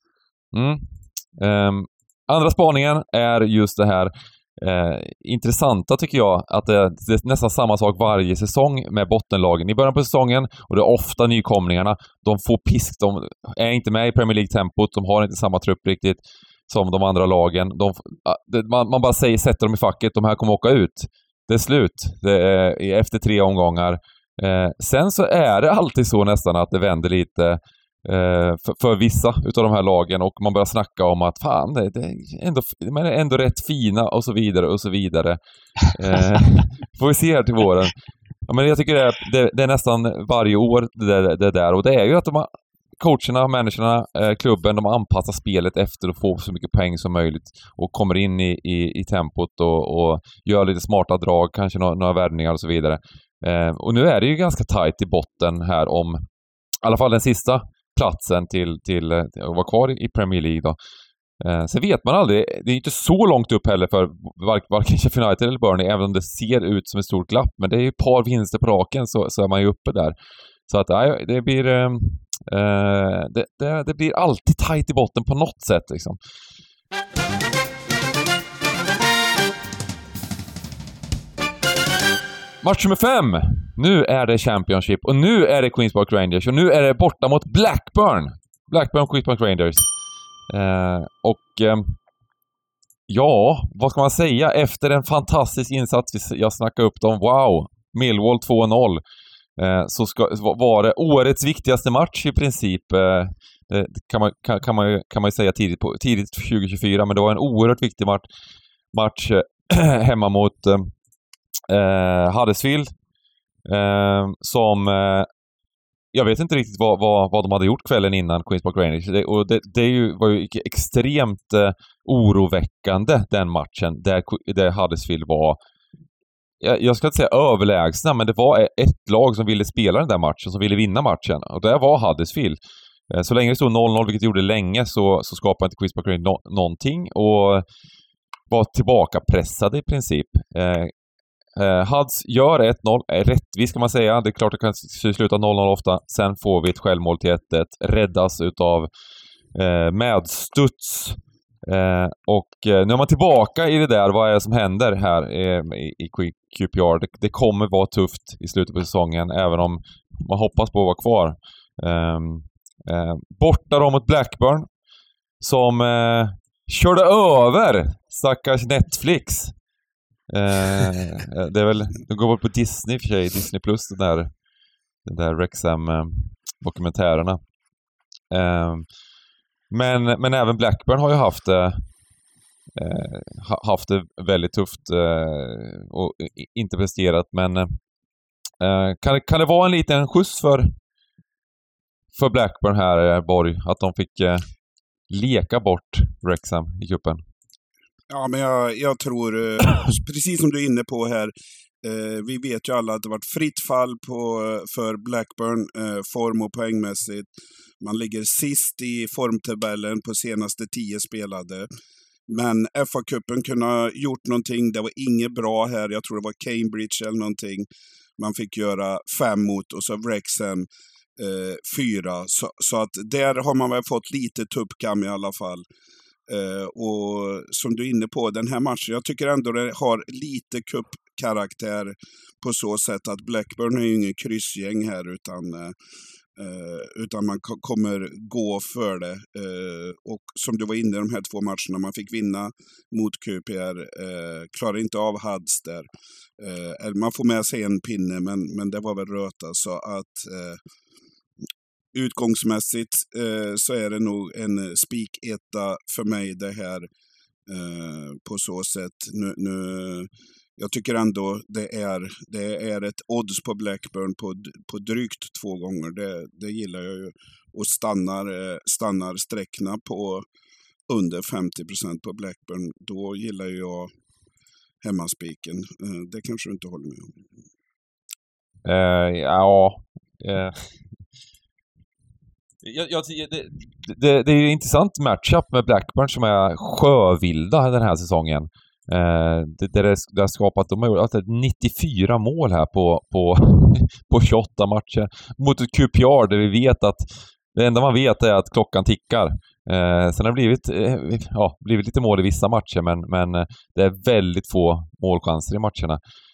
Andra spaningen är just det här intressanta tycker jag, att det är nästan samma sak varje säsong med bottenlagen i början på säsongen, och det är ofta nykomlingarna, de får pisk, de är inte med i Premier League-tempot, de har inte samma trupp riktigt som de andra lagen, man bara sätter dem i facket, de här kommer åka ut, det är slut, det är efter 3 omgångar, sen så är det alltid så nästan att det vänder lite för vissa utav de här lagen, och man börjar snacka om att fan, det är ändå rätt fina och så vidare och så vidare. Får vi se här till våren. Ja, men jag tycker det är nästan varje år det där, och det är ju att coacherna, människorna, klubben, de anpassar spelet efter att få så mycket poäng som möjligt och kommer in i tempot och gör lite smarta drag, kanske några värvningar och så vidare. Och nu är det ju ganska tajt i botten här om i alla fall den sista platsen till att vara kvar i Premier League då. Sen vet man aldrig, det är inte så långt upp heller för varken Sheffield United eller Burnley, även om det ser ut som ett stort glapp, men det är ju ett par vinster på raken så är man ju uppe där. Så att det blir det blir alltid tajt i botten på något sätt liksom. Match nummer 5. Nu är det Championship och nu är det Queens Park Rangers och nu är det borta mot Blackburn. Queens Park Rangers. Ja, vad ska man säga? Efter en fantastisk insats, jag snackade upp dem, wow, Millwall 2-0. Så var det årets viktigaste match i princip. Kan man ju säga tidigt 2024, men det var en oerhört viktig match hemma mot Huddersfield, som jag vet inte riktigt vad de hade gjort kvällen innan Queens Park Rangers. Var ju extremt oroväckande den matchen där Huddersfield var, jag ska inte säga överlägsna, men det var ett lag som ville spela den där matchen, som ville vinna matchen, och det var Huddersfield. Så länge det stod 0-0, vilket gjorde länge, så skapade inte Queens Park Rangers någonting och var tillbaka pressade i princip. Huds gör 1-0, rättvist kan man säga. Det är klart att det kan sluta 0-0 ofta. Sen får vi ett självmål till 1-1. Räddas utav medstuds. Och nu är man tillbaka i det där. Vad är det som händer här i QPR? Det kommer vara tufft i slutet på säsongen, även om man hoppas på att vara kvar. Borta då mot Blackburn, som körde över stackars Netflix. Det är väl, det går väl på Disney för sig, Disney Plus, den där Wrexham dokumentärerna. Men även Blackburn har ju haft det väldigt tufft och inte presterat, men kan det vara en liten skjuts för Blackburn här, Borg, att de fick leka bort Wrexham i cupen? Ja, men jag tror, precis som du är inne på här, vi vet ju alla att det varit fritt fall för Blackburn, form- och poängmässigt. Man ligger sist i formtabellen på senaste 10 spelade. Men FA-cupen kunde ha gjort någonting, det var inget bra här, jag tror det var Cambridge eller någonting. Man fick göra 5 mot, och så Wrexham 4. Så att där har man väl fått lite tuppkam i alla fall. Och som du är inne på, den här matchen, jag tycker ändå det har lite cupkaraktär på så sätt att Blackburn är ju ingen kryssgäng här, utan man kommer gå för det. Och som du var inne i de här 2 matcherna, man fick vinna mot QPR, klarar inte av Huds där. Man får med sig en pinne, men det var väl röta, så att utgångsmässigt så är det nog en spiketta för mig det här, på så sätt. Nu, jag tycker ändå det är ett odds på Blackburn på drygt 2 gånger. Det gillar jag ju. Och stannar sträckna på under 50% på Blackburn, då gillar jag hemmaspiken. Det kanske du inte håller med om. Det är ju en intressant matchup med Blackburn som är sjövilda den här säsongen. Det har skapat, de har gjort 94 mål här på 28 matcher mot ett QPR där vi vet att det enda man vet är att klockan tickar. Sen har det blivit lite mål i vissa matcher, men det är väldigt få målchanser i matcherna.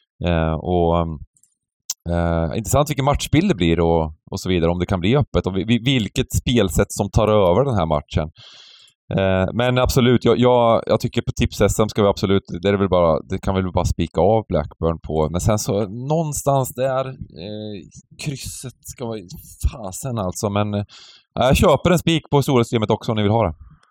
Intressant vilken matchbild det blir och så vidare, om det kan bli öppet och vilket spelsätt som tar över den här matchen. Men absolut, jag tycker på tips-SM ska vi absolut, det kan vi väl bara spika av Blackburn på, men sen så någonstans där krysset ska vara fasen alltså, men Jag köper en spik på stora systemet också om ni vill ha det.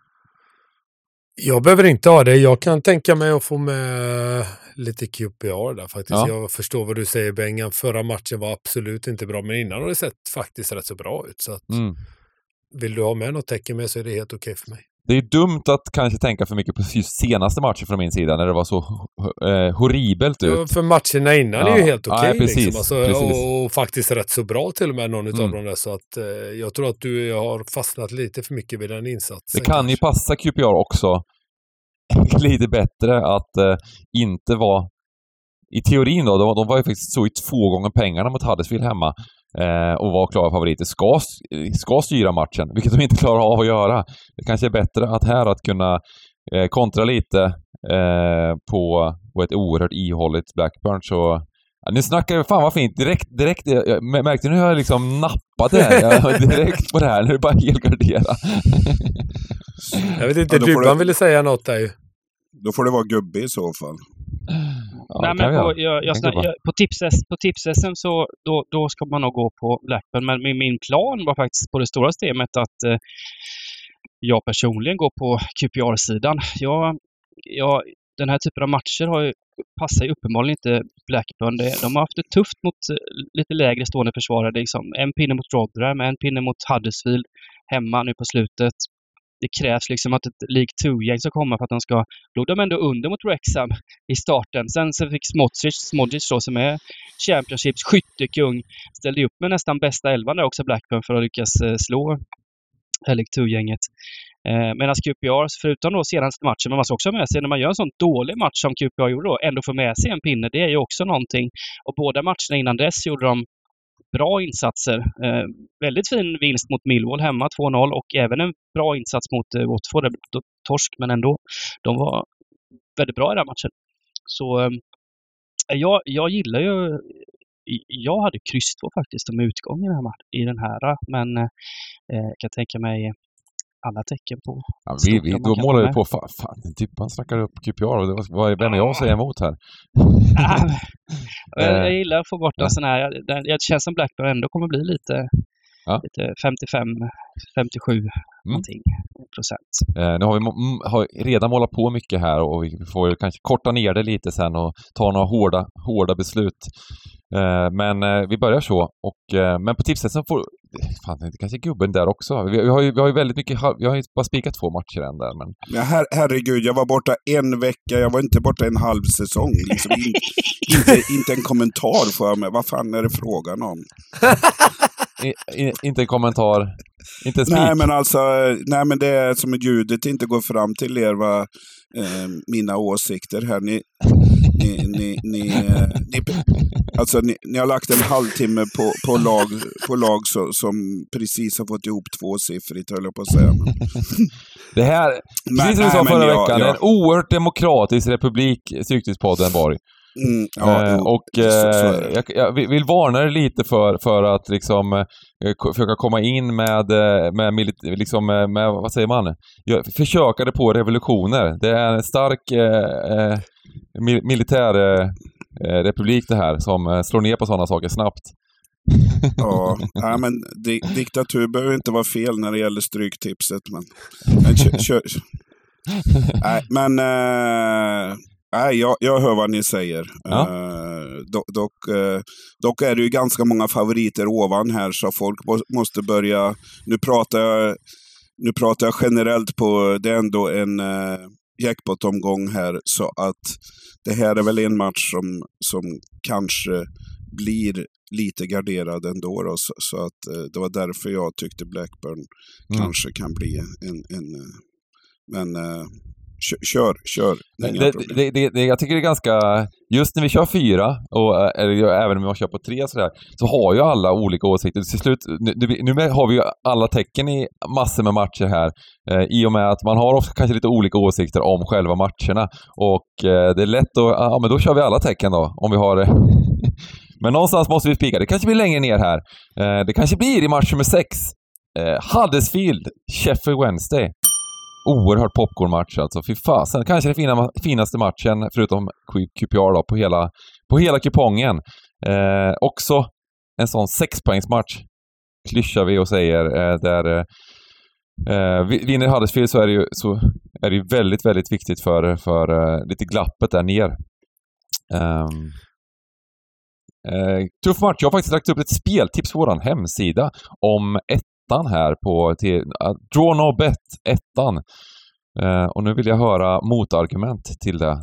Jag behöver inte ha det. Jag kan tänka mig att få med lite QPR där faktiskt. Ja. Jag förstår vad du säger, Bengan. Förra matchen var absolut inte bra, men innan har det sett faktiskt rätt så bra ut. Så att vill du ha med något tecken med så är det helt okej för mig. Det är dumt att kanske tänka för mycket på just senaste matchen från min sida när det var så horribelt ut. Ja, för matcherna innan är ju helt okej. Ja, precis, liksom. Alltså, precis. och faktiskt rätt så bra till och med någon utav dem där. Så att jag tror att du har fastnat lite för mycket vid den insatsen. Det kan ju passa QPR också lite bättre att inte vara i teorin då, de var ju faktiskt så i 2 gånger pengarna mot Huddersfield hemma och var klara favoriter, ska styra matchen, vilket de inte klarar av att göra. Det kanske är bättre att kunna kontra lite på ett oerhört ihålligt Blackburn. Så ja, nu snackar vi, fan vad fint, direkt jag märkte nu har jag liksom nappat det här, direkt på det här, nu är det bara helt gardera. Jag vet inte, Dubban ville säga något där ju. Då får det vara gubbe i så fall. Ja, nej, men på Tips-SM så då ska man nog gå på Blackburn. Men min plan var faktiskt på det stora systemet att jag personligen går på QPR-sidan. Den här typen av matcher passar ju uppenbarligen inte Blackburn. De har haft det tufft mot lite lägre stående försvarare. Liksom. En pinne mot Rotherham, en pinne mot Huddersfield hemma nu på slutet. Det krävs liksom att ett League 2-gäng ska komma för att de ska... Då är de ändå under mot Wrexham i starten. Sen så fick Smodjic då, som är Championships skyttekung, ställde upp med nästan bästa 11 där också Blackburn för att lyckas slå League 2-gänget. Medan QPR, förutom då senaste matchen, men man ska också med sig när man gör en sån dålig match som QPR gjorde då, ändå får med sig en pinne. Det är ju också någonting. Och båda matcherna innan dess gjorde de bra insatser. Väldigt fin vinst mot Millwall hemma, 2-0, och även en bra insats mot Watford, torsk, men ändå. De var väldigt bra i den matchen. Så jag gillar ju... Jag hade kryss 2 faktiskt om utgång i den här, men jag kan tänka mig alla tecken på... Ja, då målar vi på... Fan, typ man snackar upp QPR. Vem är jag att säga emot här? Jag gillar att få bort en sån här... Det känns som Blackburn ändå kommer bli lite 55-57 någonting procent. Nu har vi redan målat på mycket här och vi får kanske korta ner det lite sen och ta några hårda beslut. Men vi börjar så. Men på tipset så får... Fan, det kanske gubben där också. Vi har ju väldigt mycket... Vi har ju bara spikat 2 matcher än där, men... Ja, herregud, jag var borta en vecka. Jag var inte borta en halv säsong. Liksom. Inte en kommentar för mig. Vad fan är det frågan om? Inte en kommentar. Inte en spik. Nej, men det är som att ljudet inte går fram till er, mina åsikter här. Ni har lagt en halvtimme på lag som precis har fått ihop 2-siffrigt, höll jag på att säga. Det här, precis som du sa förra veckan, en oerhört demokratisk republik, Stryktipspodden Borg. Jag vill varna er lite för att liksom försöka komma in med vad säger man? Försöka det på revolutioner. Det är en stark militär republik det här som slår ner på sådana saker snabbt. Ja, men diktatur behöver inte vara fel när det gäller stryktipset, jag hör vad ni säger. Ja. Dock är det ju ganska många favoriter ovan här, så folk måste börja... Nu pratar jag generellt på... Det är ändå en jackpot-omgång här, så att det här är väl en match som kanske blir lite garderad ändå. Då, så att det var därför jag tyckte Blackburn kanske kan bli men... Kör. Jag tycker det är ganska... Just när vi kör 4 och även om vi kör på 3 sådär, så har ju alla olika åsikter. Till slut, nu har vi ju alla tecken i massor med matcher här. I och med att man har också kanske lite olika åsikter om själva matcherna. Och det är lätt att... men då kör vi alla tecken då. Om vi har... Men någonstans måste vi spika. Det kanske blir längre ner här. Det kanske blir i match nummer 6. Huddersfield, Sheffield Wednesday. Oerhört popcornmatch alltså. Fy fasen. Kanske den finaste matchen förutom QPR då, på hela kupongen. Också en sån 6-poängsmatch. klyschar vi och säger. Vinner Huddersfield så är det ju väldigt, väldigt viktigt för lite glappet där ner. Tuff match. Jag har faktiskt lagt upp ett speltips på vår hemsida om ettan här till Draw No Bet ettan. Och nu vill jag höra motargument till det.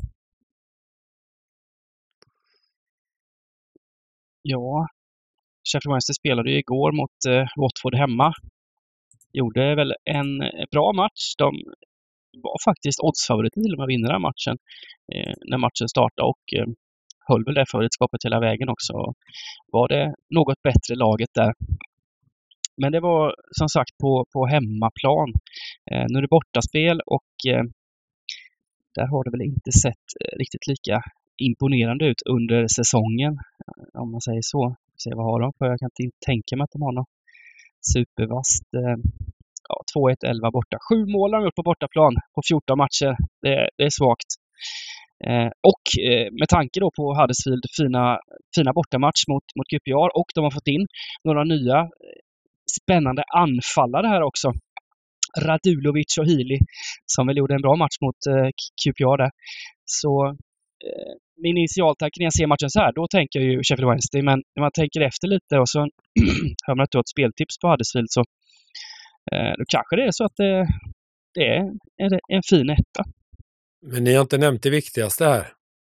Ja, Sheffield Wednesday spelade ju igår mot Watford hemma. Gjorde väl en bra match. De var faktiskt oddsfavorit till att vinna den här matchen när matchen startade och höll väl det favoritskapet hela vägen också. Var det något bättre laget där. Men det var som sagt på hemmaplan. Nu är det bortaspel och där har det väl inte sett riktigt lika imponerande ut under säsongen. Om man säger så. Se vad har de för? Jag kan inte tänka mig att de har något supervast. 2-1, 11 borta. 7 mål har de gjort på bortaplan på 14 matcher. Det är svagt. Och med tanke då på Huddersfield fina bortamatch mot QPR och de har fått in några nya spännande anfallare här också. Radulovic och Healy som väl gjorde en bra match mot QPR där. Så min initialtanke när jag ser matchen så här, då tänker jag ju Sheffield Wednesday, men när man tänker efter lite och så hör man att du har ett speltips på Huddersfield så då kanske det är så att det är en fin etta. Men ni har inte nämnt det viktigaste här.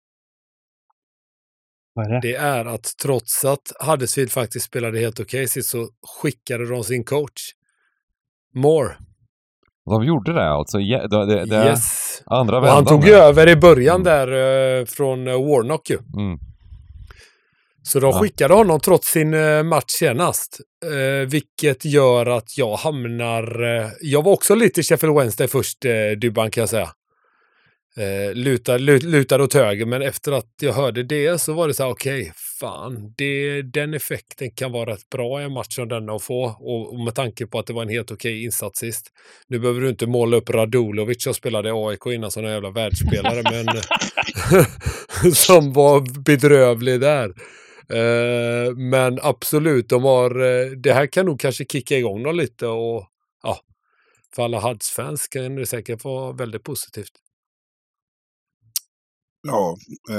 Vad är det? Det är att trots att Huddersfield faktiskt spelade helt okej så skickade de sin coach. Moore. De gjorde det alltså. Yes. Andra och han tog över i början där från Warnock ju. Mm. Så de skickade honom trots sin match senast. Vilket gör att jag hamnar... jag var också lite Sheffield Wednesday först, Dybban kan jag säga. Lutade åt höger, men efter att jag hörde det så var det så här, okej, fan, den effekten kan vara rätt bra i en match som denna att få, och med tanke på att det var en helt okej insats sist. Nu behöver du inte måla upp Radulovic som spelade i AIK innan som en jävla världsspelare, men som var bedrövlig där. Men absolut, det här kan nog kanske kicka igång dem lite, och ja, för alla Huds-fans kan det säkert vara väldigt positivt. Ja,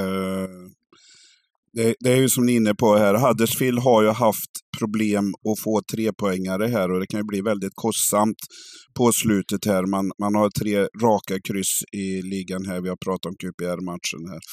det är ju som ni är inne på här. Huddersfield har ju haft problem att få 3-poängare här och det kan ju bli väldigt kostsamt på slutet här. Man har 3 raka kryss i ligan här. Vi har pratat om QPR-matchen här.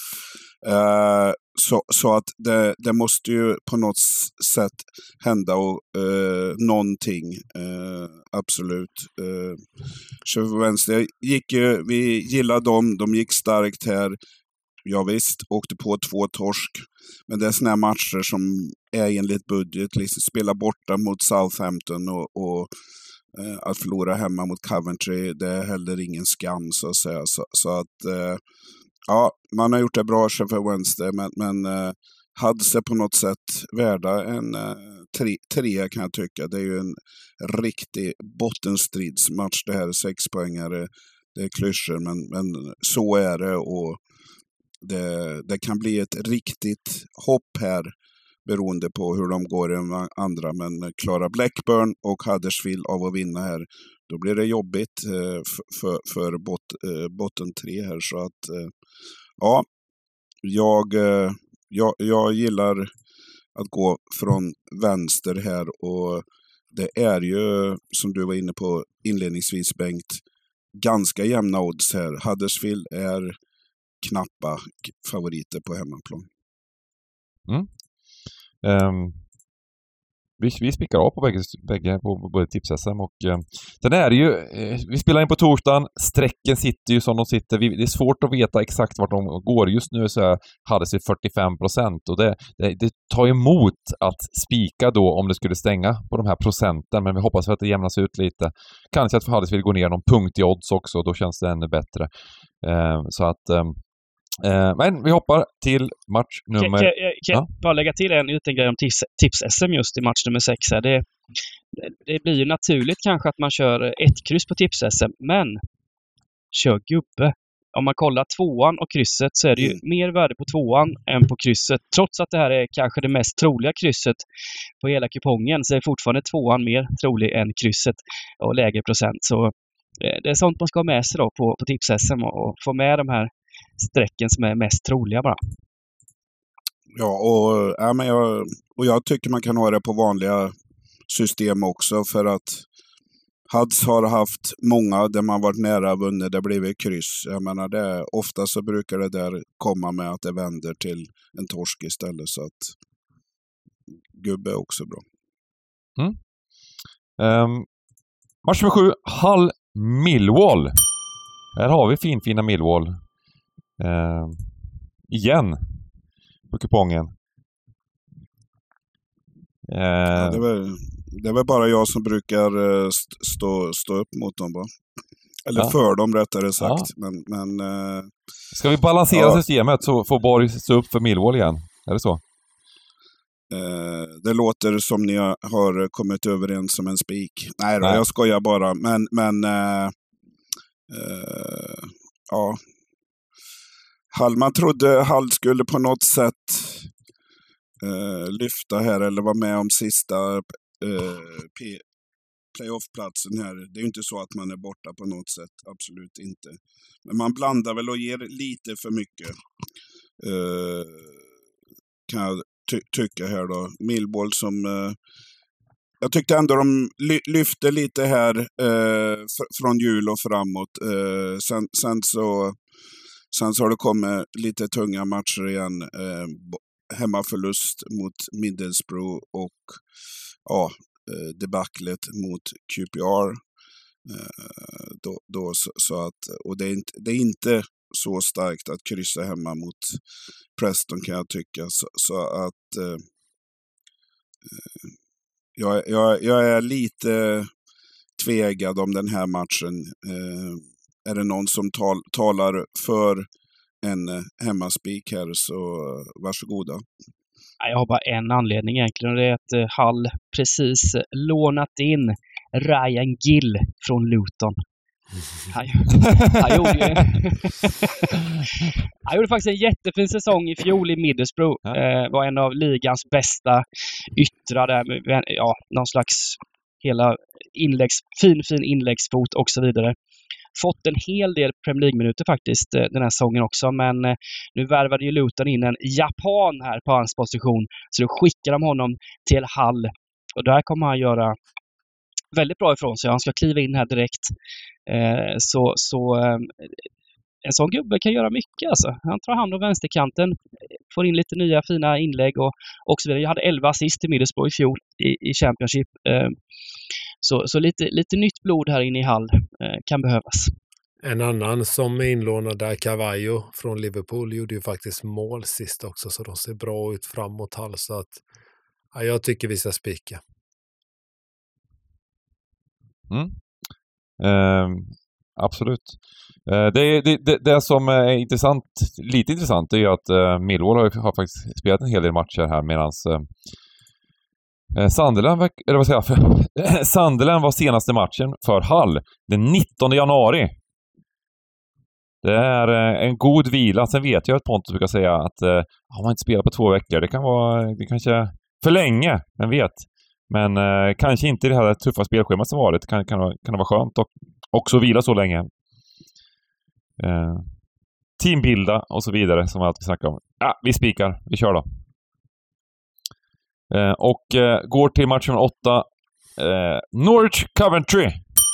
Så att det måste ju på något sätt hända någonting. Absolut. Sheffield Wednesday vi gillar dem. De gick starkt här. Ja visst, åkte på 2 torsk. Men det är såna här matcher som är enligt budget. Liksom spela borta mot Southampton och att förlora hemma mot Coventry, det är heller ingen skam så att säga. Så att ja, man har gjort det bra Sheffield Wednesday, men hade sig på något sätt värda en 3 kan jag tycka. Det är ju en riktig bottenstridsmatch det här, 6-poängare. Det är klyschor, men så är det, och det kan bli ett riktigt hopp här beroende på hur de går i de andra. Men klarar Blackburn och Huddersfield av att vinna här, då blir det jobbigt för botten 3 här. Så att ja, jag gillar att gå från vänster här, och det är ju som du var inne på inledningsvis, Bengt, ganska jämna odds här. Huddersfield är knappa favoriter på hemmaplan. Vi spikar av på bägge på både tips-SM och den är ju, vi spelar in på torsdagen, strecken sitter ju som de sitter, det är svårt att veta exakt vart de går. Just nu så hade det 45% och det tar emot att spika då om det skulle stänga på de här procenten, men vi hoppas att det jämnas ut lite. Kanske att Huddersfield går ner någon punkt i odds också, då känns det ännu bättre. Så att men vi hoppar till match nummer... Kan jag bara lägga till en liten grej om tips-SM just i match nummer 6 här. Det blir ju naturligt kanske att man kör ett kryss på tips-SM, men kör gubbe. om man kollar tvåan och krysset så är det ju mer värde på tvåan än på krysset. Trots att det här är kanske det mest troliga krysset på hela kupongen så är fortfarande tvåan mer trolig än krysset och lägre procent. Så det är sånt man ska ha med sig då på tips-SM och få med de här strecken som är mest troliga bara. Ja, och jag tycker man kan ha det på vanliga system också för att Hads har haft många där man varit nära vunnit, det blev kryss. Jag menar, ofta så brukar det där komma med att det vänder till en torsk istället, så att gubbe är också bra. Match nummer 7, Hull Millwall. Här har vi fina Millwall. Igen på kupongen. Ja, det är väl bara jag som brukar stå upp mot dem, va? Eller för dem rättare sagt. Ja. Men ska vi balansera systemet så får Borg stå upp för Millwall igen? Är det så? Det låter som ni har kommit överens om en spik. Nej då, jag skojar bara. Men ja. Man trodde Hall skulle på något sätt lyfta här eller vara med om sista playoff-platsen här. Det är ju inte så att man är borta på något sätt. Absolut inte. Men man blandar väl och ger lite för mycket. Kan jag tycka här då. Millwall som... jag tyckte ändå de lyfte lite här från jul och framåt. Sen så har det kommit lite tunga matcher igen. Hemmaförlust mot Middlesbrough och debaclet mot QPR. Så att, och det är inte så starkt att kryssa hemma mot Preston, kan jag tycka. Så att jag är lite tvegad om den här matchen. Är det någon som talar för en hemmaspik här, så varsågoda. Jag har bara en anledning egentligen, och det är att Hull precis lånat in Ryan Gill från Luton. Han gjorde faktiskt en jättefin säsong i fjol i Middlesbrough. Var en av ligans bästa yttrar där med någon slags hela fin inläggsfot och så vidare. Fått en hel del Premier League-minuter faktiskt den här säsongen också, men nu värvade ju Luton in en japan här på hans position, så då skickar de honom till Hull och där kommer han göra väldigt bra ifrån sig. Han ska kliva in här direkt. En sån gubbe kan göra mycket alltså. Han tar hand om vänsterkanten, får in lite nya fina inlägg och så vidare. Jag hade 11 assist i Middlesbrough i fjol i Championship. Så lite nytt blod här inne i Hull kan behövas. En annan som är inlånad där, Carvalho från Liverpool, gjorde ju faktiskt mål sist också, så de ser bra ut framåt Hull, så att jag tycker vi ska spika. Absolut. Det som är lite intressant är ju att Millwall har faktiskt spelat en hel del matcher här, medan Sunderland var senaste matchen för Hull den 19 januari. Det är en god vila. Sen vet jag att Pontus brukar säga att har man inte spelat på 2 veckor, det kanske för länge, men vet. Men kanske inte i det här tuffa spelschemat som varit. Kan det vara skönt och också vila så länge. Teambilda och så vidare, som vi snackar om. Vi spikar. Vi kör då. Och går till matchen 8. Norwich Coventry.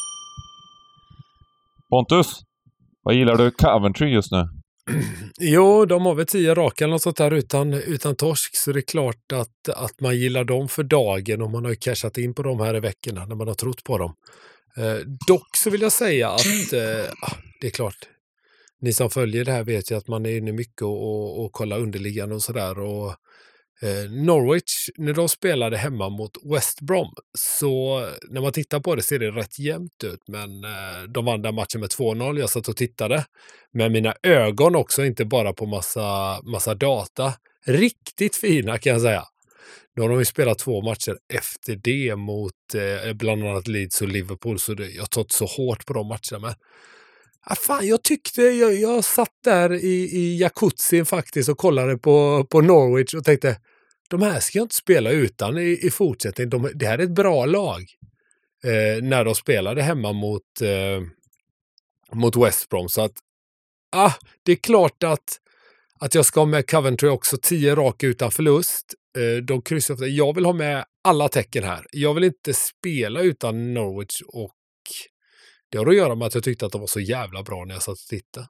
Pontus, vad gillar du Coventry just nu? Jo, de har väl 10 raka eller något sånt där utan torsk, så det är klart att man gillar dem för dagen, och man har ju cashat in på dem här i veckorna när man har trott på dem. Dock så vill jag säga att det är klart, ni som följer det här vet ju att man är inne mycket och kollar underliggande och sådär, och Norwich, när de spelade hemma mot West Brom, så när man tittar på det ser det rätt jämnt ut, men de vann den matchen med 2-0. Jag satt och tittade med mina ögon också, inte bara på massa data. Riktigt fina kan jag säga. Då har de ju spelat 2 matcher efter det mot bland annat Leeds och Liverpool, så jag har tagit så hårt på de matcherna med. Fan, jag tyckte, jag satt där i jacuzzin faktiskt och kollade på Norwich och tänkte, de här ska jag inte spela utan i fortsättningen. Det här är ett bra lag. När de spelade hemma mot West Brom. Så att, det är klart att jag ska ha med Coventry också 10 raka utan förlust. De kryssar. Jag vill ha med alla tecken här. Jag vill inte spela utan Norwich, och det har att göra med att jag tyckte att de var så jävla bra när jag satt och tittade.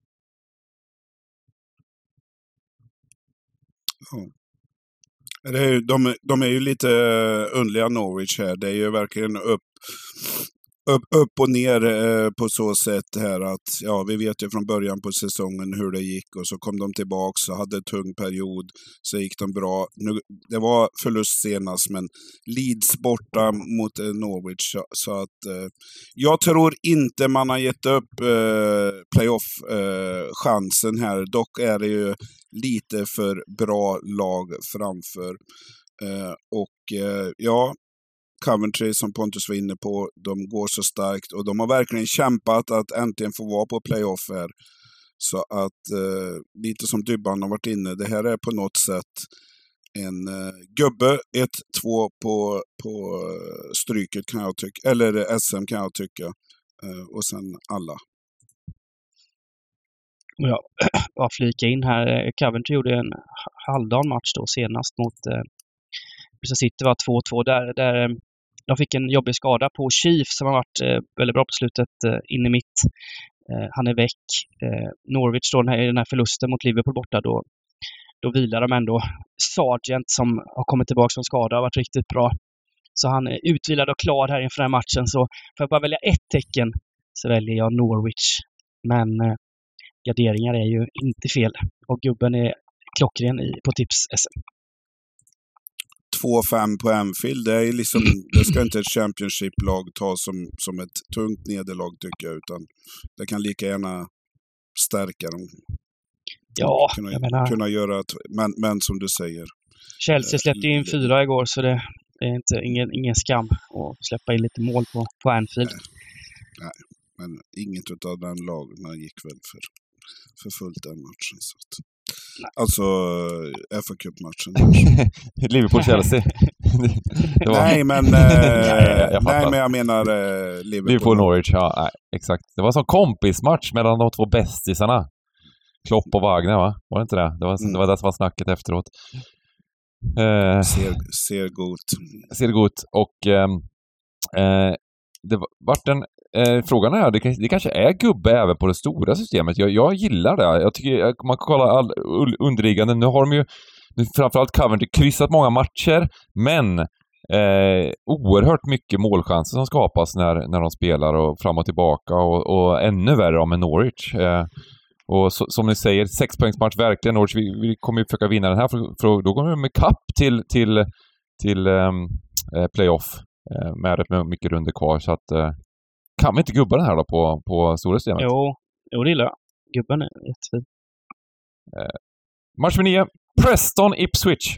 De är ju lite underliga Norwich här. Det är ju verkligen upp och ner på så sätt här att vi vet ju från början på säsongen hur det gick, och så kom de tillbaks och hade en tung period, så gick de bra. Det var förlust senast, men Leeds borta mot Norwich, så att jag tror inte man har gett upp playoff-chansen här. Dock är det ju lite för bra lag framför. Coventry, som Pontus var inne på, de går så starkt och de har verkligen kämpat att äntligen få vara på playoff här. Så att lite som Dybban har varit inne, det här är på något sätt en gubbe, 1-2 på stryket kan jag tycka, eller SM kan jag tycka, och sen alla. Ja, bara flika in här. Coventry gjorde en halvdan match då senast mot Bristol City, var 2-2 där de fick en jobbig skada på Chief som har varit väldigt bra på slutet in i mitt. Han är väck. Norwich då, den här förlusten mot Liverpool borta, då vilar de ändå Sargent som har kommit tillbaka från skada, har varit riktigt bra. Så han är utvilad och klar här inför den här matchen. Så för att bara välja ett tecken så väljer jag Norwich. Men garderingar är ju inte fel. Och gubben är klockren på tips-SM. 2-5 på Anfield, det är liksom, det ska inte ett Championship-lag ta som ett tungt nederlag tycker jag, utan det kan lika gärna stärka dem. Ja, kunna göra, men som du säger. Chelsea släppte in 4 igår, så det är inte ingen skam att släppa in lite mål på Anfield. Nej, men inget av den lagen gick väl för fullt den matchen. Så att. Alltså FA Cup-matchen. Liverpool-Chelsea. Nej, men jag menar Liverpool-Norwich, ja, exakt. Det var en sån kompismatch mellan de två bästisarna. Klopp och Wagner, va? Var det inte det? Det var det som var snacket efteråt. Ser gott. Och det vart en frågan är, det kanske är gubbe även på det stora systemet. Jag gillar det. Jag tycker man kan kolla all underliggande. Nu har de ju framförallt Coventry kryssat många matcher, men oerhört mycket målchanser som skapas när de spelar och fram och tillbaka, och ännu värre med Norwich. Och som ni säger, 6-poängsmatch verkligen. Norwich, vi kommer ju försöka vinna den här, för då går vi med kapp till playoff med rätt mycket runder kvar, så att kan vi inte gubba den här då på stora systemet? Jo, det gillar jag. Gubben är jättefin. Match 9. Preston Ipswich.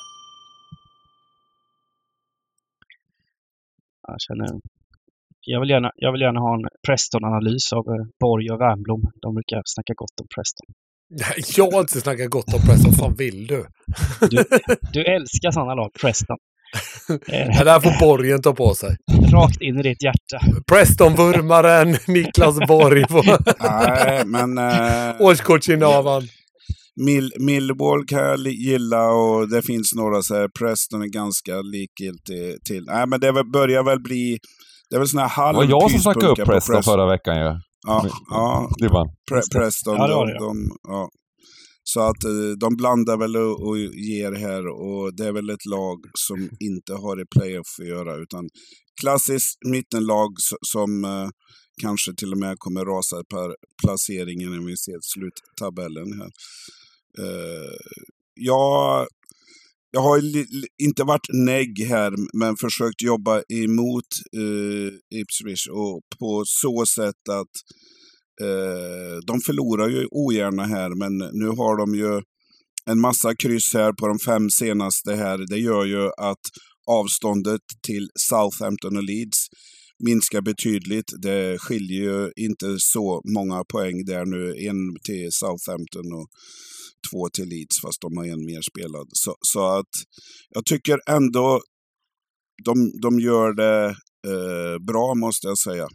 Jag vill gärna ha en Preston-analys av Borg och Wernbloom. De brukar snacka gott om Preston. Nej, jag har inte snackat gott om Preston. Vad fan vill du? Du älskar sådana lag, Preston. Det där får Borgen ta på sig. Rakt in i ditt hjärta. Preston-vurmaren Niklas Borg. Nej, men årskortsinnehavaren. Millwall kan jag gilla, och det finns några så här. Preston är ganska likgiltig till. Nej, men det börjar väl bli, det är väl såna här halvpyspunkar. Det var jag som snackade upp Preston förra veckan ju. Ja. Preston, ja. Så att de blandar väl och ger här, och det är väl ett lag som inte har i playoff att göra, utan klassiskt mittenlag som kanske till och med kommer rasa per placeringen när vi ser sluttabellen här. Jag har inte varit negg här, men försökt jobba emot Ipswich, och på så sätt att de förlorar ju ogärna här, men nu har de ju en massa kryss här på de 5 senaste här. Det gör ju att avståndet till Southampton och Leeds minskar betydligt. Det skiljer ju inte så många poäng där nu. 1 till Southampton och 2 till Leeds, fast de har en mer spelad. Så att jag tycker ändå de gör det bra, måste jag säga.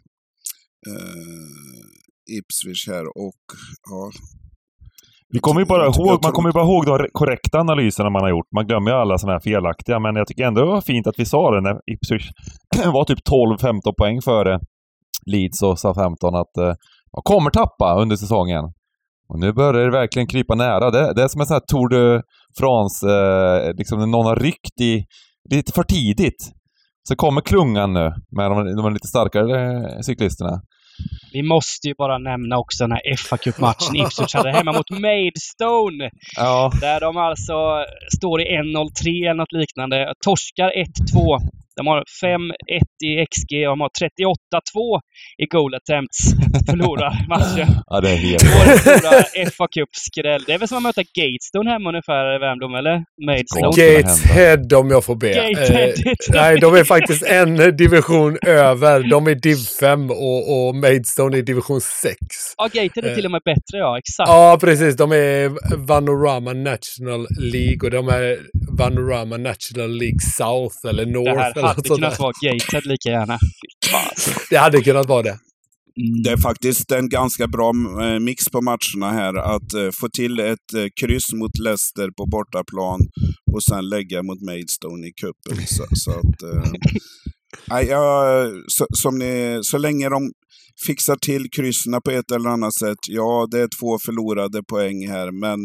Ipswich här och ja. Man kommer ju bara ihåg de korrekta analyserna man har gjort. Man glömmer ju alla sådana här felaktiga. Men jag tycker ändå det var fint att vi sa det när Ipswich var typ 12-15 poäng före Leeds och Southampton. Att man kommer tappa under säsongen. Och nu börjar det verkligen krypa nära. Det är som en sån här Tour de France, liksom när någon har ryckt i lite för tidigt. Så kommer klungan nu med de lite starkare cyklisterna. Vi måste ju bara nämna också den här FA Cup-matchen Ipswich hade hemma mot Maidstone. Ja. Där de alltså står i 1-0-3 eller något liknande. Torskar 1-2. De har 5-1 i XG. De har 38-2 i goal attempts. Förlorar matchen. Ja, det är helt Vår stora FA Cup-skräll. Det är väl som att möta Gatestone hemma ungefär i Värmdom, eller? Maidstone. Gateshead om jag får be. Nej, de är faktiskt en division över. De är div 5 och Maidstone är division 6. Ja, Gateshead är till och med bättre, ja. Exakt. Ja, precis. De är Vanarama National League och de är Vanarama National League South eller North. Det här hade kunnat vara Gateshead lika gärna. Det hade kunnat vara det. Det är faktiskt en ganska bra mix på matcherna här. Att få till ett kryss mot Leicester på bortaplan och sen lägga mot Maidstone i kuppen. Så länge de fixar till kryssarna på ett eller annat sätt. Ja, det är 2 förlorade poäng här, men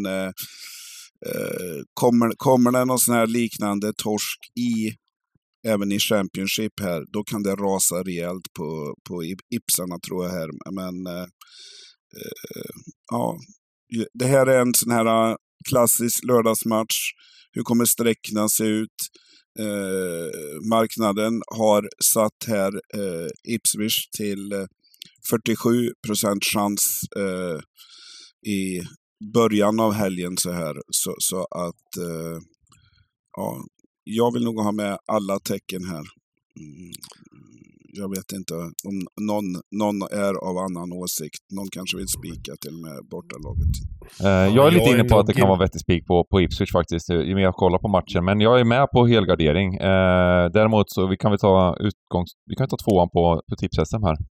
kommer det någon sån här liknande torsk även i Championship här, då kan det rasa rejält på Ipsarna, tror jag här. Men ja, det här är en sån här klassisk lördagsmatch. Hur kommer sträckorna se ut? Marknaden har satt här Ipswich till 47% chans i början av helgen så här. Så att ja, jag vill nog ha med alla tecken här. Jag vet inte om någon är av annan åsikt. Någon kanske vill spika till med bortalaget. Jag är lite inne på att det kan vara vettig spik på Ipswich faktiskt. Ju mer jag kollar på matchen. Men jag är med på helgardering. Däremot så vi kan ta 2:an på tips-SM här.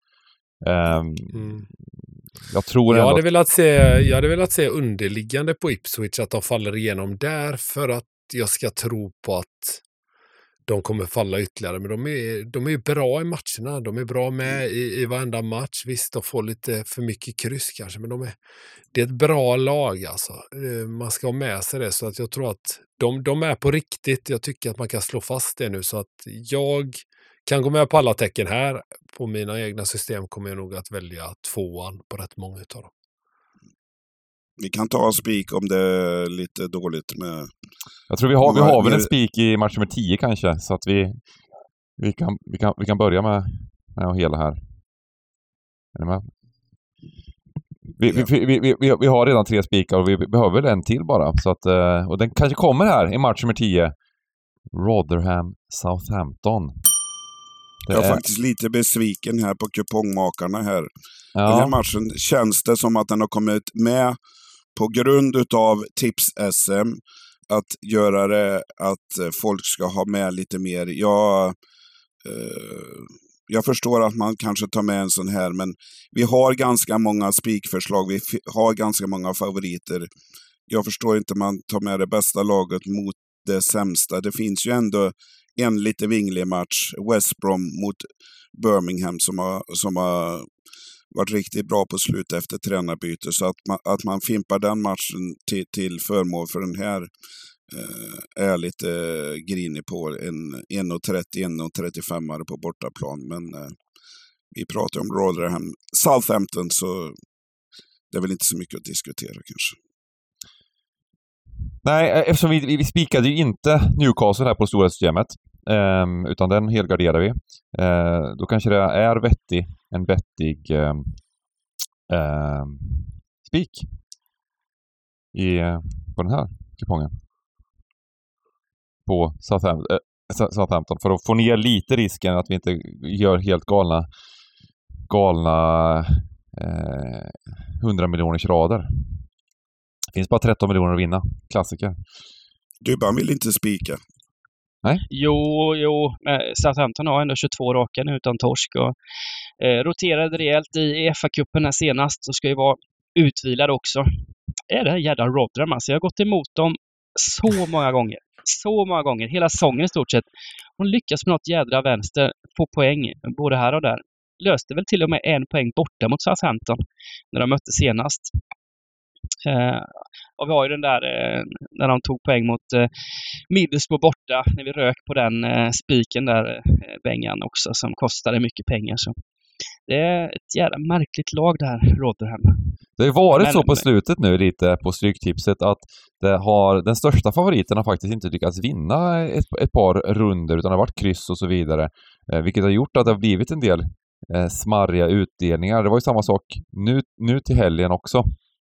Jag tror jag hade velat se underliggande på Ipswich, att de faller igenom där, för att jag ska tro på att de kommer falla ytterligare. Men de är ju bra i matcherna. De är bra med i varenda match. Visst, de får lite för mycket kryss kanske, men det är ett bra lag alltså. Man ska ha med sig det, så att jag tror att de är på riktigt. Jag tycker att man kan slå fast det nu, så att jag kan gå med på alla tecken här. På mina egna system kommer jag nog att välja 2:an på rätt många utav dem. Vi kan ta spik om det är lite dåligt med... Jag tror vi har väl en spik i match nummer 10 kanske, så att vi kan börja med hela här. Är ni med? Vi har redan 3 spikar och vi behöver en till bara, så att och den kanske kommer här i match nummer 10. Rotherham Southampton. Jag är faktiskt lite besviken här på kupongmakarna här. Ja. Den här matchen känns det som att den har kommit med på grund utav tips-SM. Att göra det att folk ska ha med lite mer. Jag förstår att man kanske tar med en sån här, men vi har ganska många spikförslag. Vi har ganska många favoriter. Jag förstår inte man tar med det bästa laget mot det sämsta. Det finns ju ändå en lite vinglig match. West Brom mot Birmingham som har varit riktigt bra på slut efter tränarbyte. Så att man fimpar den matchen till förmån för den här är lite grinig på en 1,30-1,35 på bortaplan. Men vi pratar om Rotherham Southampton, så det är väl inte så mycket att diskutera kanske. Nej, eftersom vi spikade ju inte Newcastle här på stora systemet, utan den helgarderar vi. Då kanske det är en vettig spik på den här kupongen. På Southampton. Southampton för att få ner lite risken att vi inte gör helt galna 100 miljoners rader. Det finns bara 13 miljoner att vinna. Klassiker. Dybban vill inte spika. Jo. Southampton har ändå 22 raka nu utan torsk och roterade rejält i FA-cupen här senast, så ska ju vara utvilad också. Är det här jävla Rotherham alltså. Jag har gått emot dem så många gånger. Hela säsongen i stort sett. Hon lyckas med något jädra vänster få poäng både här och där. Löste väl till och med 1 poäng borta mot Southampton när de mötte senast. Och vi har ju den där när de tog poäng mot Middlesbrough borta, när vi rök på den spiken där, Bengan också, som kostade mycket pengar. Så det är ett jävla märkligt lag där, Rotherham. Det har ju varit så på slutet nu lite på Stryktipset att den största favoriten har faktiskt inte lyckats vinna ett par runder, utan det har varit kryss och så vidare. Vilket har gjort att det har blivit en del smarriga utdelningar. Det var ju samma sak nu till helgen också.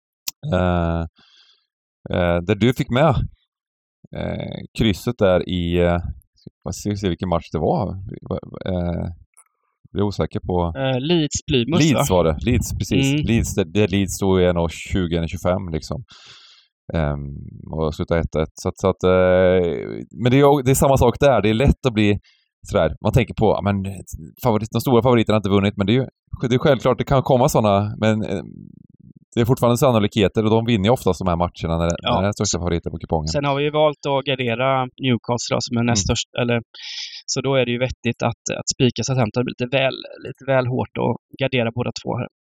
Där du fick med krysset där i vad ska vi se vilken match det var. Jag är osäker på Leeds Plymouth. Leeds var det. Leeds, precis. Leeds, det Leeds stod i 1,20-1,25 liksom. Och sluta 1-1. Så att, men det är samma sak där. Det är lätt att bli sådär. Man tänker på men de stora favoriterna har inte vunnit, men det är självklart det kan komma sådana, men det är fortfarande sannolikheter och de vinner ju oftast de här matcherna när det är den största favoriten på kupongen. Sen har vi ju valt att gardera Newcastle som är näst störst, så då är det ju vettigt att spika Southampton lite väl hårt och gardera båda två här.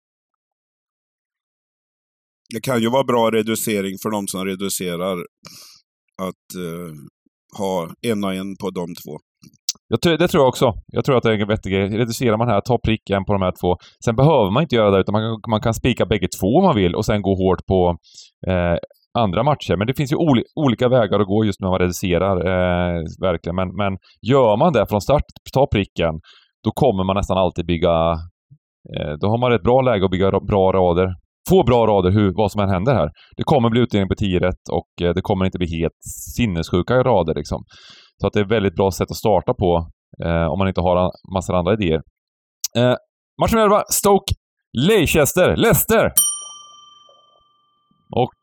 Det kan ju vara bra reducering för de som reducerar att ha 1-1 på de två. Det tror jag också. Jag tror att det är en vettig grej. Reducerar man här, ta pricken på de här två. Sen behöver man inte göra det, utan man kan spika bägge två om man vill och sen gå hårt på andra matcher. Men det finns ju olika vägar att gå just när man reducerar verkligen. Men gör man det från start, ta pricken, då kommer man nästan alltid bygga... då har man ett bra läge att bygga bra rader. Få bra rader, vad som än händer här. Det kommer bli utdelning på 10 rätt och det kommer inte bli helt sinnessjuka rader liksom. Så att det är ett väldigt bra sätt att starta på om man inte har massor andra idéer. Matchen 11, Stoke, Leicester. Och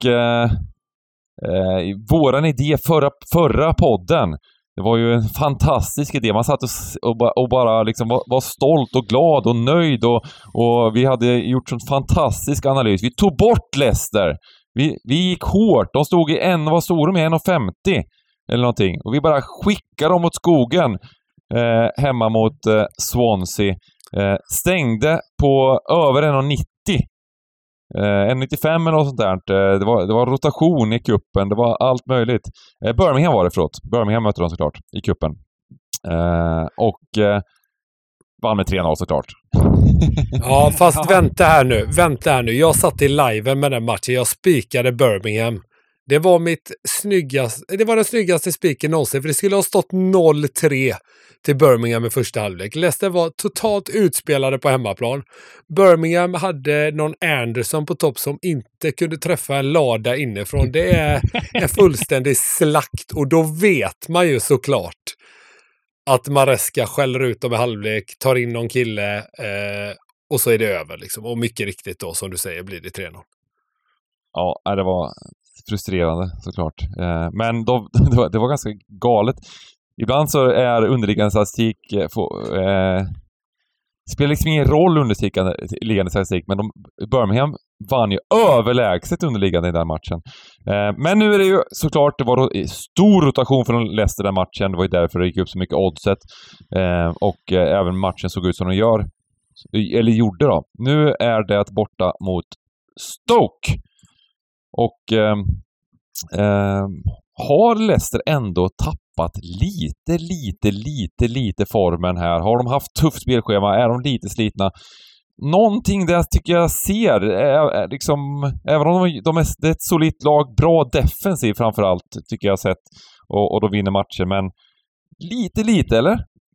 våran idé förra podden, det var ju en fantastisk idé. Man satt och bara liksom var stolt och glad och nöjd och vi hade gjort en fantastisk analys. Vi tog bort Leicester. Vi gick hårt. De stod i vad stod de i? 1,50 eller någonting. Och vi bara skickade dem åt skogen hemma mot Swansea. Stängde på över 1,90. 1,95 eller något sånt där. Det var rotation i kuppen. Det var allt möjligt. Birmingham var det, förlåt. Birmingham mötte de såklart i kuppen. Och vann med 3-0 såklart. Ja, fast vänta här nu. Jag satt i liven med den matchen. Jag spikade Birmingham. Det var den snyggaste spiken någonsin, för det skulle ha stått 0-3 till Birmingham i första halvlek. Leicester var totalt utspelade på hemmaplan. Birmingham hade någon Anderson på topp som inte kunde träffa en lada inifrån. Det är en fullständig slakt, och då vet man ju såklart att Maresca skäller ut dem i halvlek, tar in någon kille och så är det över liksom. Och mycket riktigt då, som du säger, blir det 3-0. Ja, det var frustrerande såklart. Men det var ganska galet. Ibland så är underliggande statistik spelar liksom ingen roll underliggande statistik, men Birmingham vann ju överlägset underliggande i den matchen. Men nu är det ju såklart, det var stor rotation från Leicester den matchen. Det var ju därför det gick upp så mycket oddset. Och även matchen såg ut som den gjorde då. Nu är det borta mot Stoke. Och har Leicester ändå tappat lite formen här? Har de haft tufft spelschema? Är de lite slitna? Någonting där tycker jag ser, liksom, även om det är ett solidt lag, bra defensiv framförallt tycker jag sett, och då vinner matchen, men lite eller?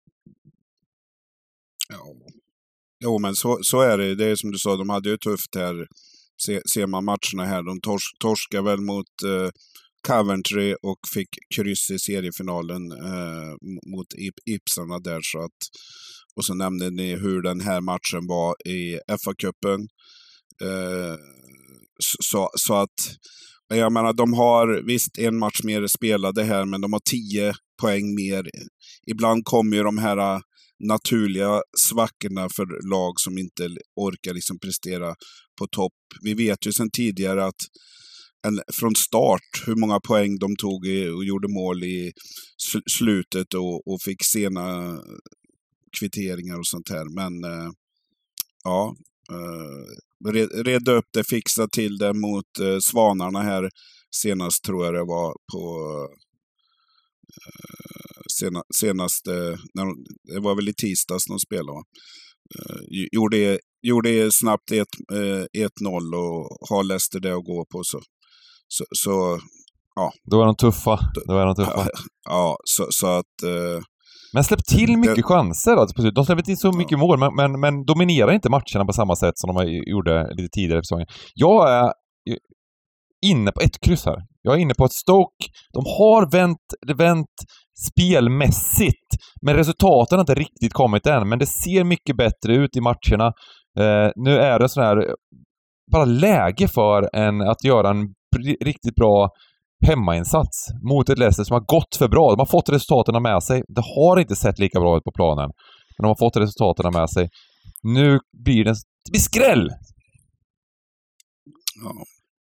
Ja. Jo, men så är det. Det är som du sa, de hade ju tufft här. Ser man matcherna här, de torskar väl mot Coventry och fick kryss i seriefinalen mot Ipsarna där. Och så nämnde ni hur den här matchen var i FA-cupen. Så att, jag menar, de har visst en match mer spelade här, men de har 10 poäng mer. Ibland kommer ju de här naturliga svackorna för lag som inte orkar liksom prestera på topp. Vi vet ju sedan tidigare att från start hur många poäng de tog och gjorde mål i slutet och fick sena kvitteringar och sånt här. Men reda upp det, fixa till det mot Svanarna här senast, tror jag det var på det var väl i tisdags de spelade. Gjorde snabbt 1-0 och har Leicester det att gå på, så ja. Då är de tuffa. Ja, så att men släpp till mycket chanser. Alltså. De släpper inte så mycket mål, men dominerar inte matcherna på samma sätt som de gjorde lite tidigare i säsongen. Jag är inne på ett kryss här. Jag är inne på att Stoke, de har vänt spelmässigt, men resultaten har inte riktigt kommit än. Men det ser mycket bättre ut i matcherna. Nu är det sån här bara läge för att göra en riktigt bra hemmainsats mot ett Leicester som har gått för bra. De har fått resultaten med sig. Det har inte sett lika bra ut på planen, men de har fått resultaten med sig. Nu blir det blir skräll! Ja.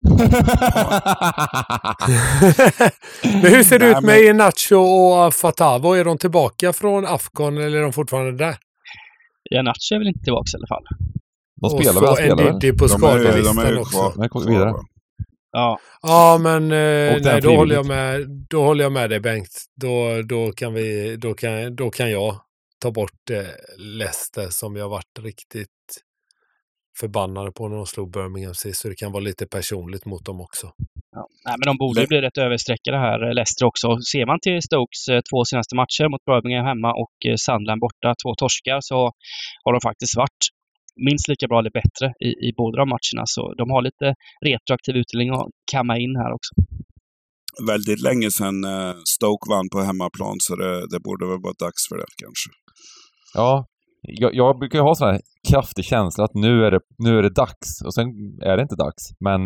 Men hur ser det ut med Nacho och Fatavo? Är de tillbaka från Afcon eller är de fortfarande där? Ja, Nacho är väl inte tillbaka i alla fall. De spelar väl? De är på skadelistan också. De går vidare. Ja, men nej, då håller jag med dig, Bengt. Då kan jag ta bort Leicester som jag varit riktigt förbannade på när de slog Birmingham sist, så det kan vara lite personligt mot dem också. Ja. Nej, men de borde bli rätt översträckade här, Leicester också. Ser man till Stokes 2 senaste matcher mot Birmingham hemma och Sunderland borta, 2 torskar, så har de faktiskt varit minst lika bra eller bättre i båda de matcherna. Så de har lite retroaktiv utdelning att kamma in här också. Väldigt länge sedan Stoke vann på hemmaplan, så det borde väl vara dags för det kanske. Ja, jag brukar ha sån här kraftig känsla att nu är det dags, och sen är det inte dags, men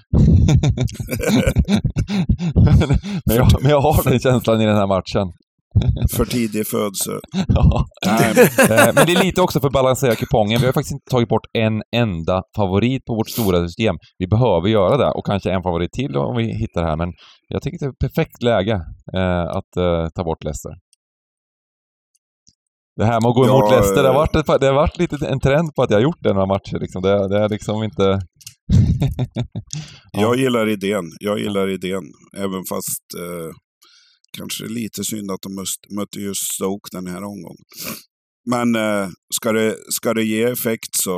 men jag har den känslan i den här matchen. För tidig födsel. Ja. Men det är lite också för att balansera kupongen. Vi har faktiskt inte tagit bort en enda favorit på vårt stora system. Vi behöver göra det, och kanske en favorit till om vi hittar det här, men jag tycker det är ett perfekt läge att ta bort Leicester. Det här med att gå emot Leicester, det har varit lite en trend på att jag har gjort det några matcher. Liksom. Det är liksom inte... Jag gillar idén. Även fast kanske lite synd att de mötte just Stoke den här omgången. Men ska det ge effekt så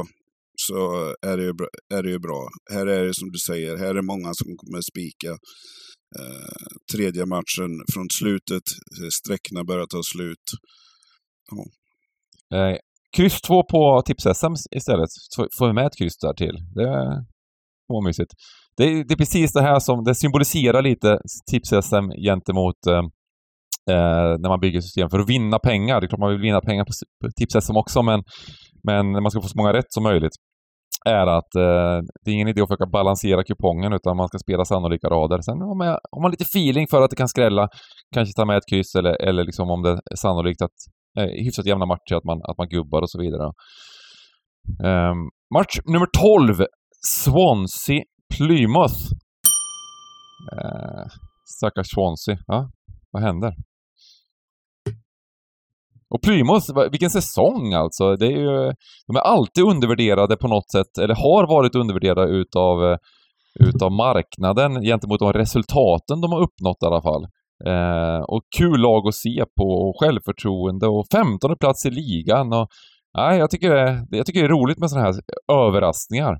är det ju bra. Här är det som du säger, här är många som kommer spika tredje matchen från slutet. Sträckorna börjar ta slut. Ja. Kryss 2 på Tips-SM istället. Får vi med ett kryss där till. Det är omysigt. Det är precis det här som det symboliserar lite Tips-SM gentemot när man bygger system för att vinna pengar. Det är klart man vill vinna pengar på Tips-SM också, men när man ska få så många rätt som möjligt är att det är ingen idé att försöka balansera kupongen, utan man ska spela sannolika rader. Sen om man lite feeling för att det kan skrälla, kanske ta med ett kryss, eller liksom om det är sannolikt att hyfsat jämna matcher, att man gubbar och så vidare. Match nummer 12, Swansea Plymouth. Stackars Swansea. Ja, vad händer? Och Plymouth, vilken säsong alltså. Det är ju, de är alltid undervärderade på något sätt, eller har varit undervärderade utav marknaden gentemot de resultaten de har uppnått i alla fall. Och kul lag att se på, och självförtroende, och 15:e plats i ligan. Och, nej, jag tycker det är roligt med sådana här överraskningar.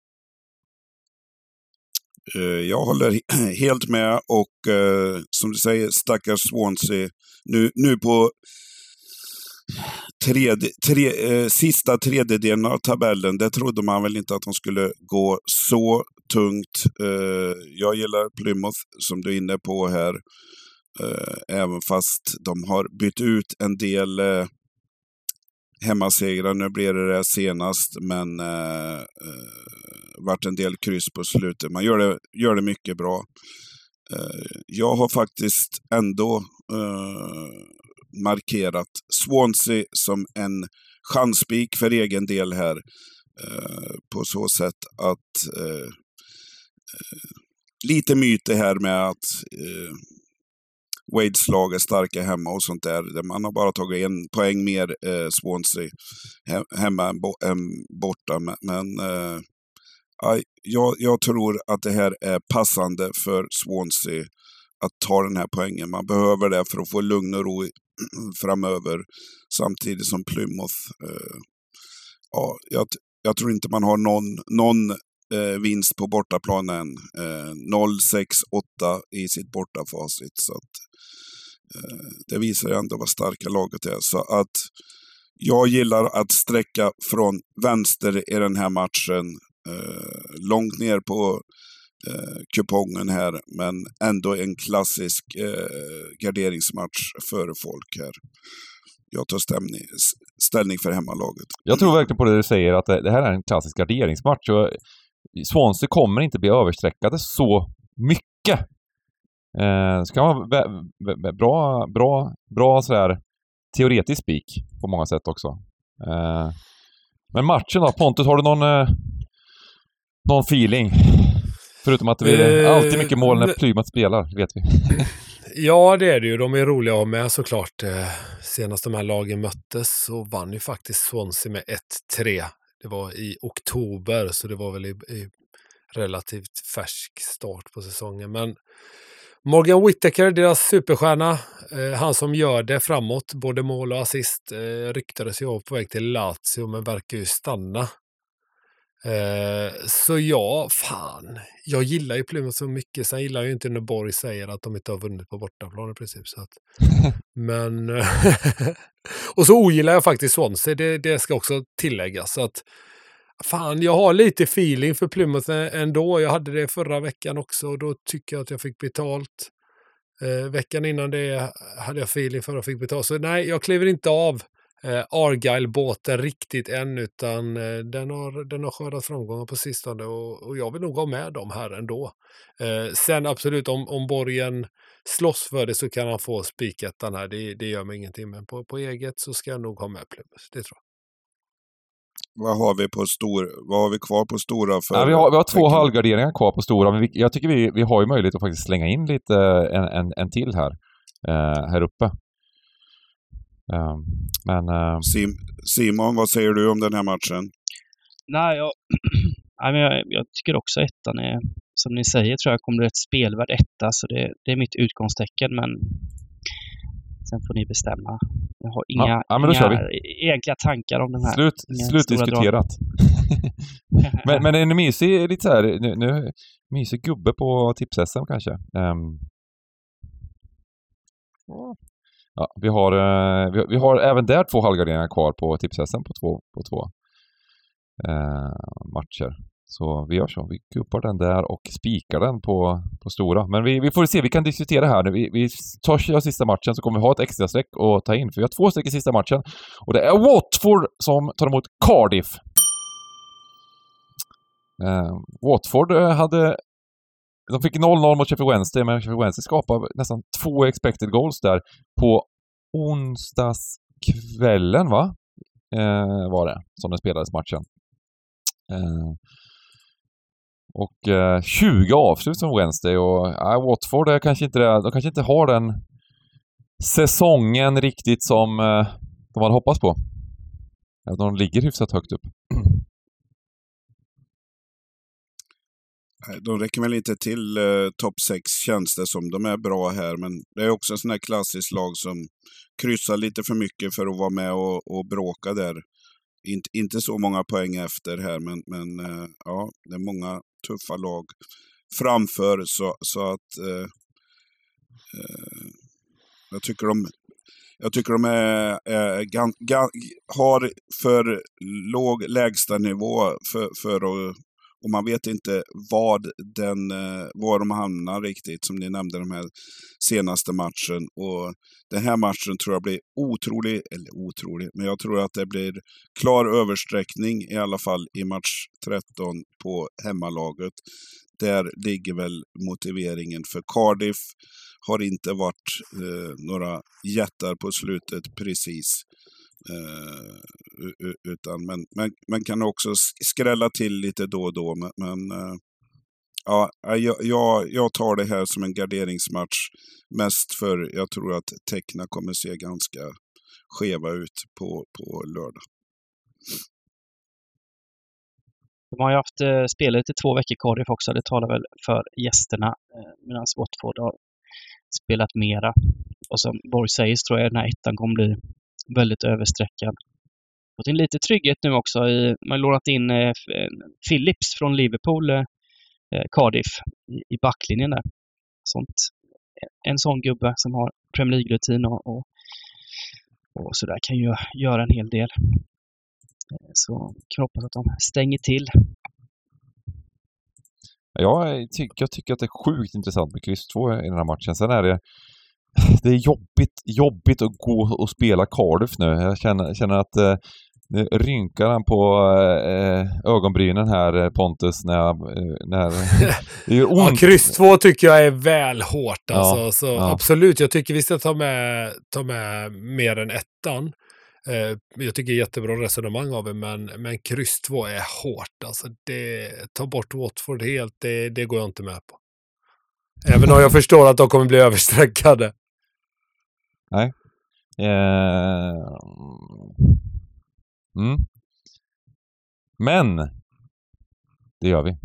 Jag håller helt med, och som du säger, stackars Swansea nu på sista tredjedelen av tabellen. Det trodde man väl inte att de skulle gå så tungt. Jag gillar Plymouth som du är inne på här. Även fast de har bytt ut en del hemmasegrar. Nu blir det senast, men vart en del kryss på slutet. Man gör det mycket bra. Jag har faktiskt ändå markerat Swansea som en chansspik för egen del här. På så sätt att lite myter här med att Wades lag är starka hemma och sånt där. Man har bara tagit en poäng mer Swansea hemma än borta. Men jag tror att det här är passande för Swansea att ta den här poängen. Man behöver det för att få lugn och ro framöver. Samtidigt som Plymouth. Jag tror inte man har någon vinst på bortaplan än. 0-6-8 i sitt bortafacit. Så att, det visar ändå vad starka laget är. Så att jag gillar att sträcka från vänster i den här matchen. Långt ner på kupongen här. Men ändå en klassisk garderingsmatch för folk här. Jag tar ställning för hemmalaget. Jag tror verkligen på det du säger, att det här är en klassisk garderingsmatch. Och Swansea kommer inte bli översträckade så mycket. Det ska vara bra sådär teoretisk spik på många sätt också. Men matchen då, Pontus, har du någon feeling? Förutom att det blir alltid mycket mål när Plymouth spelar, vet vi. Ja, det är det ju. De är roliga att ha med såklart. Senast de här lagen möttes så vann ju faktiskt Swansea med 1-3. Det var i oktober, så det var väl i relativt färsk start på säsongen. Men Morgan Whittaker, deras superstjärna, han som gör det framåt, både mål och assist, ryktades ju på väg till Lazio men verkar ju stanna. Så ja, fan. Jag gillar ju Plymouth så mycket. Sen gillar jag ju inte när Borg säger att de inte har vunnit på bortaplan i princip. Så att, men och så ogillar jag faktiskt Swansea. Det ska också tilläggas. Så att fan, jag har lite feeling för Plymouth ändå. Jag hade det förra veckan också och då tycker jag att jag fick betalt. Veckan innan det hade jag feeling för att jag fick betalt. Så nej, jag kliver inte av Argyle-båten riktigt än, utan den har skördat framgångar på sistone och jag vill nog ha med dem här ändå. Sen absolut, om Borgen slåss för det så kan han få spikettan här, det gör mig ingenting, men på eget så ska jag nog ha med Plymouth, det tror jag. Vad har vi kvar på stora? För ja, vi har 2 halvgarderingar kvar på stora, men jag tycker vi har ju möjlighet att faktiskt slänga in lite en till här uppe. Men Simon, vad säger du om den här matchen? Nej, jag tycker också ettan är, som ni säger, tror jag kommer bli ett spelvärd etta, så det är mitt utgångstecken, men sen får ni bestämma. Jag har inga egentliga tankar om den här. Slutdiskuterat. men en mysig, lite så här, nu mysig gubbe på Tips-SM kanske. Ja, vi har även där 2 halvgarderingar kvar på Tips-SM på två matcher. Så vi gör så. Vi kuppar den där och spikar den på stora. Men vi får se, vi kan diskutera här. Vi tar sista matchen så kommer vi ha ett extra streck att ta in. För vi har 2 streck i sista matchen. Och det är Watford som tar emot Cardiff. Watford de fick 0-0 mot Sheffield Wednesday, men Sheffield Wednesday skapade nästan 2 expected goals där på onsdagskvällen, va? Var det som den spelades matchen. Och 20 avslut som Wednesday, och Watford är kanske inte det. De kanske inte har den säsongen riktigt som de hade hoppats på. De ligger hyfsat högt upp. De räcker väl inte till topp 6 tjänster som de är bra här, men det är också en sån här klassisk lag som kryssar lite för mycket för att vara med och bråka där. Inte så många poäng efter här, men ja, det är många tuffa lag framför, så att jag tycker de har för låg lägsta nivå för att Och man vet inte var de hamnar riktigt, som ni nämnde de här senaste matchen. Och den här matchen tror jag blir otrolig, men jag tror att det blir klar översträckning i alla fall i match 13 på hemmalaget. Där ligger väl motiveringen, för Cardiff har inte varit några jättar på slutet precis. Utan man kan också skrälla till lite då och då, men ja, jag tar det här som en garderingsmatch, mest för jag tror att teckna kommer se ganska skeva ut på lördag. De har ju haft spelet i 2 veckor, Cardiff också. Det talar väl för gästerna, medan Watford har spelat mera. Och som Borg säger så tror jag den här ettan kommer bli väldigt översträckad. Fått in lite trygghet nu också. Man har lånat in Phillips från Liverpool, Cardiff, i backlinjen där. Sånt. En sån gubbe som har Premier League-rutin och sådär kan ju göra en hel del. Så kan hoppas att de stänger till. Jag tycker att det är sjukt intressant med kryss 2 i den här matchen. Sen är det är jobbigt att gå och spela Cardiff nu. Jag känner att rynkar han på ögonbrynen här, Pontus, när det gör ont. Ja, kryss 2 tycker jag är väl hårt. Alltså. Ja, Så ja. absolut, jag tycker vi ska ta med mer än ettan. Jag tycker jättebra resonemang av det, men kryss 2 är hårt. Alltså ta bort Watford helt, det går jag inte med på. Även om jag förstår att de kommer bli översträckade. Nej. Men det gör vi.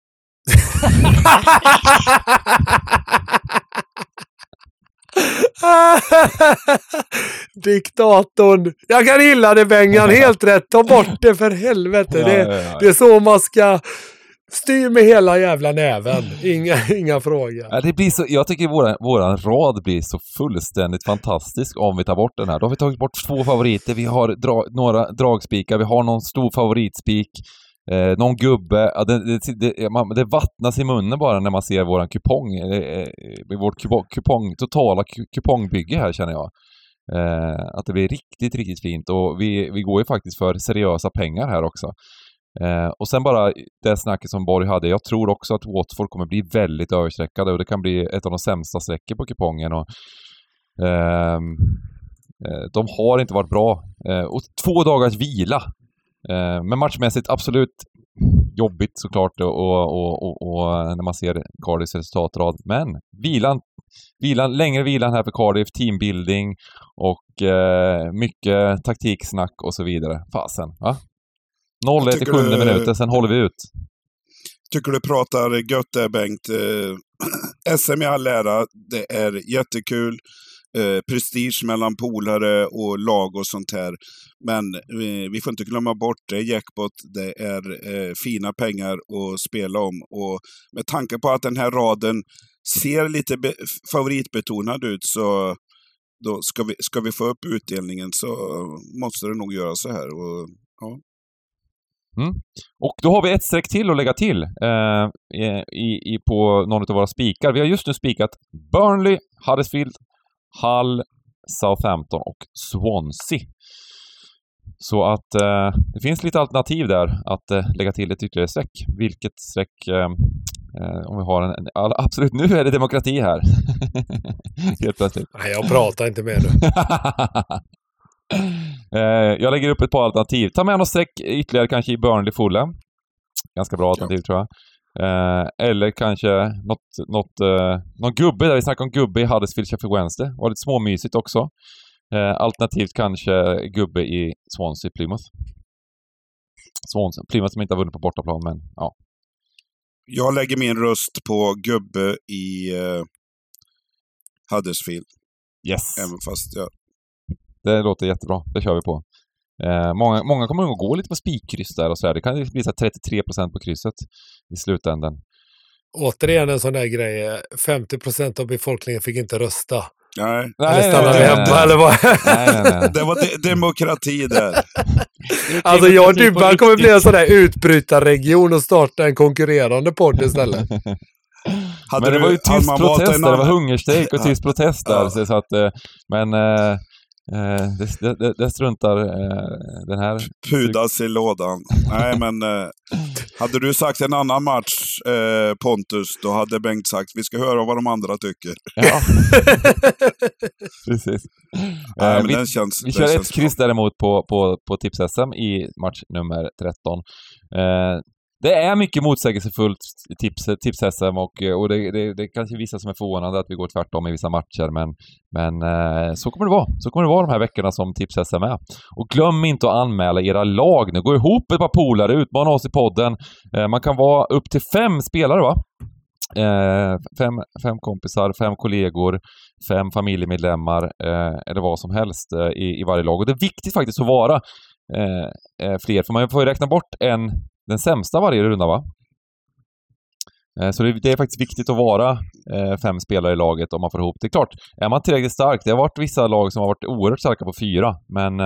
Diktatorn. Jag kan gilla det, Bengan. Helt rätt. Ta bort det för helvete. Ja. Det är så man ska styr med hela jävla näven. Inga frågor. Ja, det blir så, jag tycker våran rad blir så fullständigt fantastisk om vi tar bort den här. Då har vi tagit bort 2 favoriter. Vi har några dragspikar. Vi har någon stor favoritspik. Någon gubbe. Ja, det vattnas i munnen bara när man ser våran kupong. Vårt totala kupongbygge här, känner jag. Att det blir riktigt, riktigt fint. Och vi går ju faktiskt för seriösa pengar här också. Och sen bara det snacket som Borg hade. Jag tror också att Watford kommer bli väldigt översträckade. Och det kan bli ett av de sämsta sträcker på kupongen. Och de har inte varit bra. Och 2 dagars vila. Men matchmässigt absolut jobbigt såklart och när man ser Cardiffs resultatrad. Men längre vilan här för Cardiff, teambuilding och mycket taktiksnack och så vidare. Fasen, va? 0-1 i 7:e minuten, sen håller vi ut. Tycker du pratar gött där, Bengt. SM i all ära, det är jättekul. Prestige mellan polare och lag och sånt här. Men vi får inte glömma bort det. Jackpot, det är fina pengar att spela om. Och med tanke på att den här raden ser lite favoritbetonad ut, så då ska vi få upp utdelningen, så måste det nog göra så här. Och, ja. Och då har vi ett streck till att lägga till på någon av våra spikar. Vi har just nu spikat Burnley, Huddersfield, Hull, Southampton och Swansea. Så att det finns lite alternativ där att lägga till ett ytterligare streck. Vilket streck, om vi har absolut, nu är det demokrati här. Helt plötsligt. Nej, jag pratar inte med dig. Jag lägger upp ett par alternativ. Ta med något streck ytterligare kanske i Burnley Fulham. Ganska bra alternativ, tror jag. Eller kanske någon gubbe där. Vi snackar om gubbe i Huddersfield, Sheffield Wednesday. Var lite småmysigt också. Alternativt kanske gubbe i Swansea, Plymouth. Plymouth som inte har vunnit på bortaplan, men ja. Jag lägger min röst på gubbe i Huddersfield. Yes. Även fast jag... Det låter jättebra. Det kör vi på. Många kommer nog att gå lite på spikkryss där och så här. Det kan bli så 33% på krysset i slutändan. Återigen en sån där grej. 50% av befolkningen fick inte rösta. Nej. Eller stannar vi hemma eller vad? Nej. Det var demokrati där. Alltså jag och Dybban kommer bli en sån där utbrytarregion och starta en konkurrerande podd istället. Men det var ju tyst protest där, det var hungerstrejk och tyst protest där. Så att, men det struntar den här... Pudas i lådan. Nej, men hade du sagt en annan match, Pontus, då hade Bengt sagt vi ska höra vad de andra tycker. Ja. Precis. Nej, men vi kör ett kryss däremot på Tips-SM i match nummer 13. Det är mycket motsägelsefullt Tips-SM och det kanske vissa som är förvånande att vi går tvärtom i vissa matcher, men så kommer det vara. Så kommer det vara de här veckorna som Tips-SM är. Och glöm inte att anmäla era lag nu. Gå ihop ett par polare, utmana oss i podden. Man kan vara upp till 5 spelare, va? 5 kompisar, 5 kollegor, 5 familjemedlemmar eller vad som helst i varje lag. Och det är viktigt faktiskt att vara fler, för man får ju räkna bort den sämsta varje runda, va? Så det är faktiskt viktigt att vara 5 spelare i laget om man får ihop det. Klart, är man tillräckligt stark, det har varit vissa lag som har varit oerhört starka på 4, men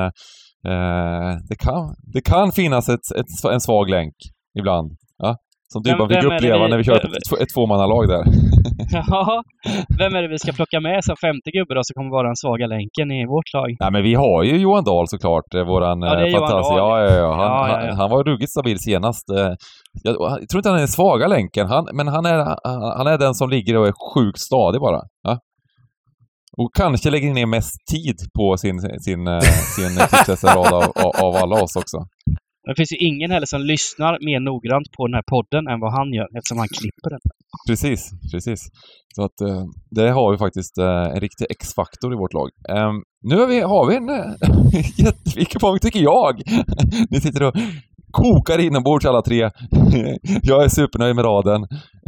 det kan finnas en svag länk ibland. Ja? Som du bara fick uppleva när vi körde ett tvåmannalag där. Ja, vem är det vi ska plocka med som 50 gubbe då som kommer vara den svaga länken i vårt lag? Nej, men vi har ju Johan Dahl såklart, våran fantastisk. Ja. Han var ruggigt stabil senast. Jag tror inte han är den svaga länken, men han är den som ligger och är sjukt stadig bara. Ja? Och kanske lägger ner mest tid på sin tipsrad av alla oss också. Det finns ju ingen heller som lyssnar mer noggrant på den här podden än vad han gör, eftersom han klipper den. Precis. Så att det har vi faktiskt en riktig X-faktor i vårt lag. Nu har vi en jätteviktig punkt, tycker jag. Ni sitter och kokar inombords alla 3. Jag är supernöjd med raden.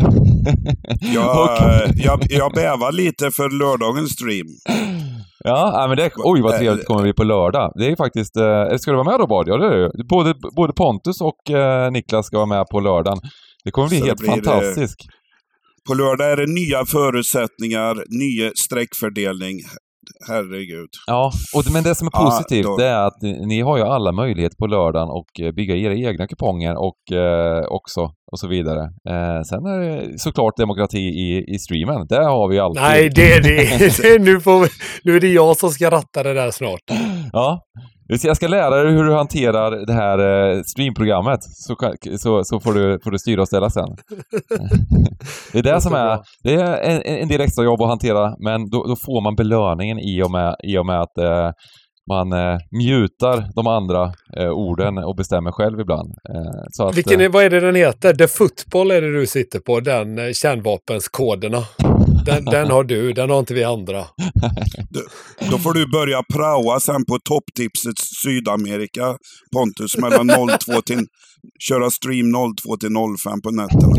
Jag bävar lite för lördagens stream. Ja, men oj vad trevligt kommer vi på lördag. Det är faktiskt, ska du vara med då, Bard? Ja, det är det. Både Pontus och Niklas ska vara med på lördagen. Det kommer bli helt fantastiskt. På lördag är det nya förutsättningar, ny sträckfördelning. Herregud. Ja, men det som är positivt det är att ni har ju alla möjligheter på lördagen och bygga era egna kuponger och också och så vidare. Sen är det såklart demokrati i streamen. Det har vi alltid. Nej, det är nu är det jag som ska ratta det där snart. Ja. Jag ska lära dig hur du hanterar det här streamprogrammet så får du styra och ställa sen. Det är det som är. Det är en del extra jobb att hantera, men då får man belöningen i och med att man mutar de andra orden och bestämmer själv ibland. Så att, vad är det den heter? The Football är det du sitter på, den kärnvapenskoderna. Den har du, den har inte vi andra. Då får du börja praoa sen på topptipsets Sydamerika, Pontus, mellan 02 till köra stream 02 till 05 på nätterna.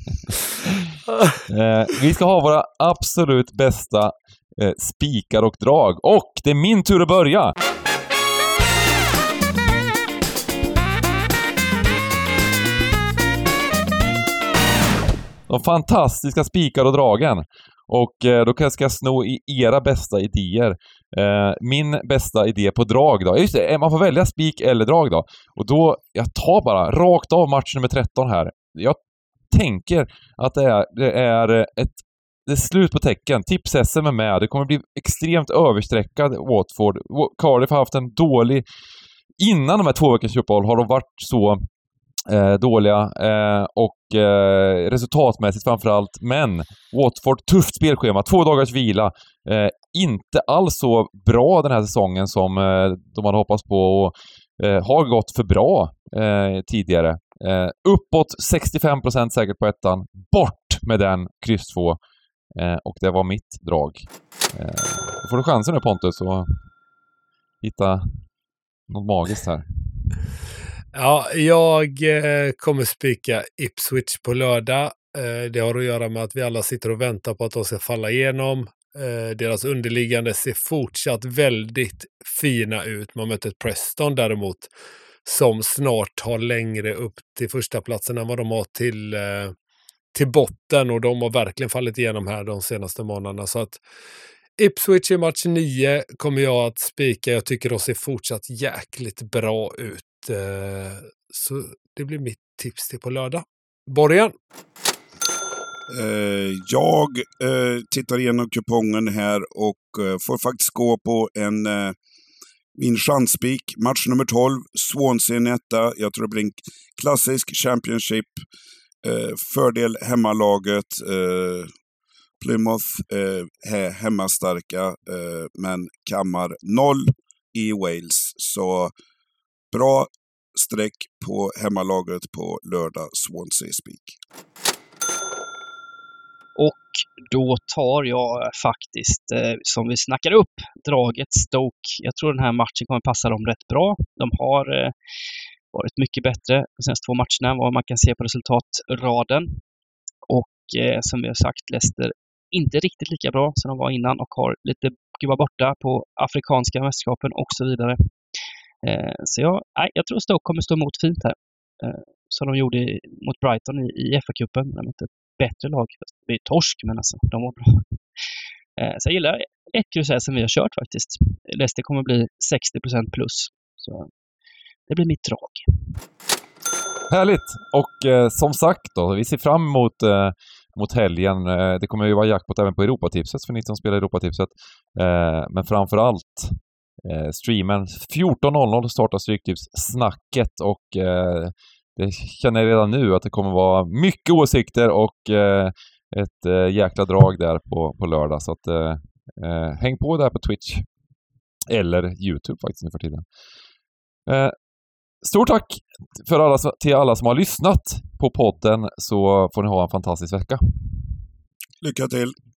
Vi ska ha våra absolut bästa spikar och drag. Och det är min tur att börja. De fantastiska spikar och dragen. Och då ska jag sno i era bästa idéer. Min bästa idé på drag då. Just det, man får välja spik eller drag då. Och då, jag tar bara rakt av match nummer 13 här. Jag tänker att det är slut på tecken. Tips-SM är med. Det kommer bli extremt översträckad Watford. Cardiff har haft en dålig... Innan de här 2 veckors uppehåll har de varit så dåliga och resultatmässigt framförallt. Men Watford, tufft spelschema. 2 dagars vila. Inte alls så bra den här säsongen som de hade hoppats på och har gått för bra tidigare. Uppåt 65% säkert på ettan. Bort med den, kryss 2. Och det var mitt drag. Då får du chansen nu, Pontus, att hitta något magiskt här. Ja, jag kommer spika Ipswich på lördag. Det har att göra med att vi alla sitter och väntar på att de ska falla igenom. Deras underliggande ser fortsatt väldigt fina ut. Man möter ett Preston däremot som snart har längre upp till första platsen än vad de har till botten, och de har verkligen fallit igenom här de senaste månaderna. Så att Ipswich i match 9 kommer jag att spika. Jag tycker de ser fortsatt jäkligt bra ut. Så det blir mitt tips till på lördag. Borgen? Jag tittar igenom kupongen här och får faktiskt gå på min chanspik. Match nummer 12, Swansea netta. Jag tror det blir en klassisk Championship. Fördel hemmalaget. Plymouth hemmastarka, men kammar 0 i Wales. Så bra streck på hemmalaget på lördag, Swansea spik. Och då tar jag faktiskt, som vi snackar upp, draget Stoke. Jag tror den här matchen kommer passa dem rätt bra. De har varit mycket bättre de senaste 2 matcherna, vad man kan se på resultatraden. Och som vi har sagt, Leicester inte riktigt lika bra som de var innan och har lite var borta på afrikanska mästerskapen och så vidare. Så jag tror Stoke kommer stå emot fint här. Som de gjorde mot Brighton i FA-cupen. De är inte ett bättre lag. Det är torsk, men alltså, de var bra. Så jag gillar ett kryss här som vi har kört faktiskt. Leicester kommer bli 60% plus. Så det blir mitt drag. Härligt! Och som sagt då, vi ser fram mot helgen. Det kommer ju vara jackpot även på Europatipset för ni som spelar Europatipset. Men framförallt streamen 14.00 startar Stryktipssnacket och det känner jag redan nu att det kommer vara mycket åsikter och ett jäkla drag där på lördag. Så att häng på där på Twitch eller YouTube faktiskt nu för tiden. Stort tack till alla som har lyssnat på podden, så får ni ha en fantastisk vecka. Lycka till!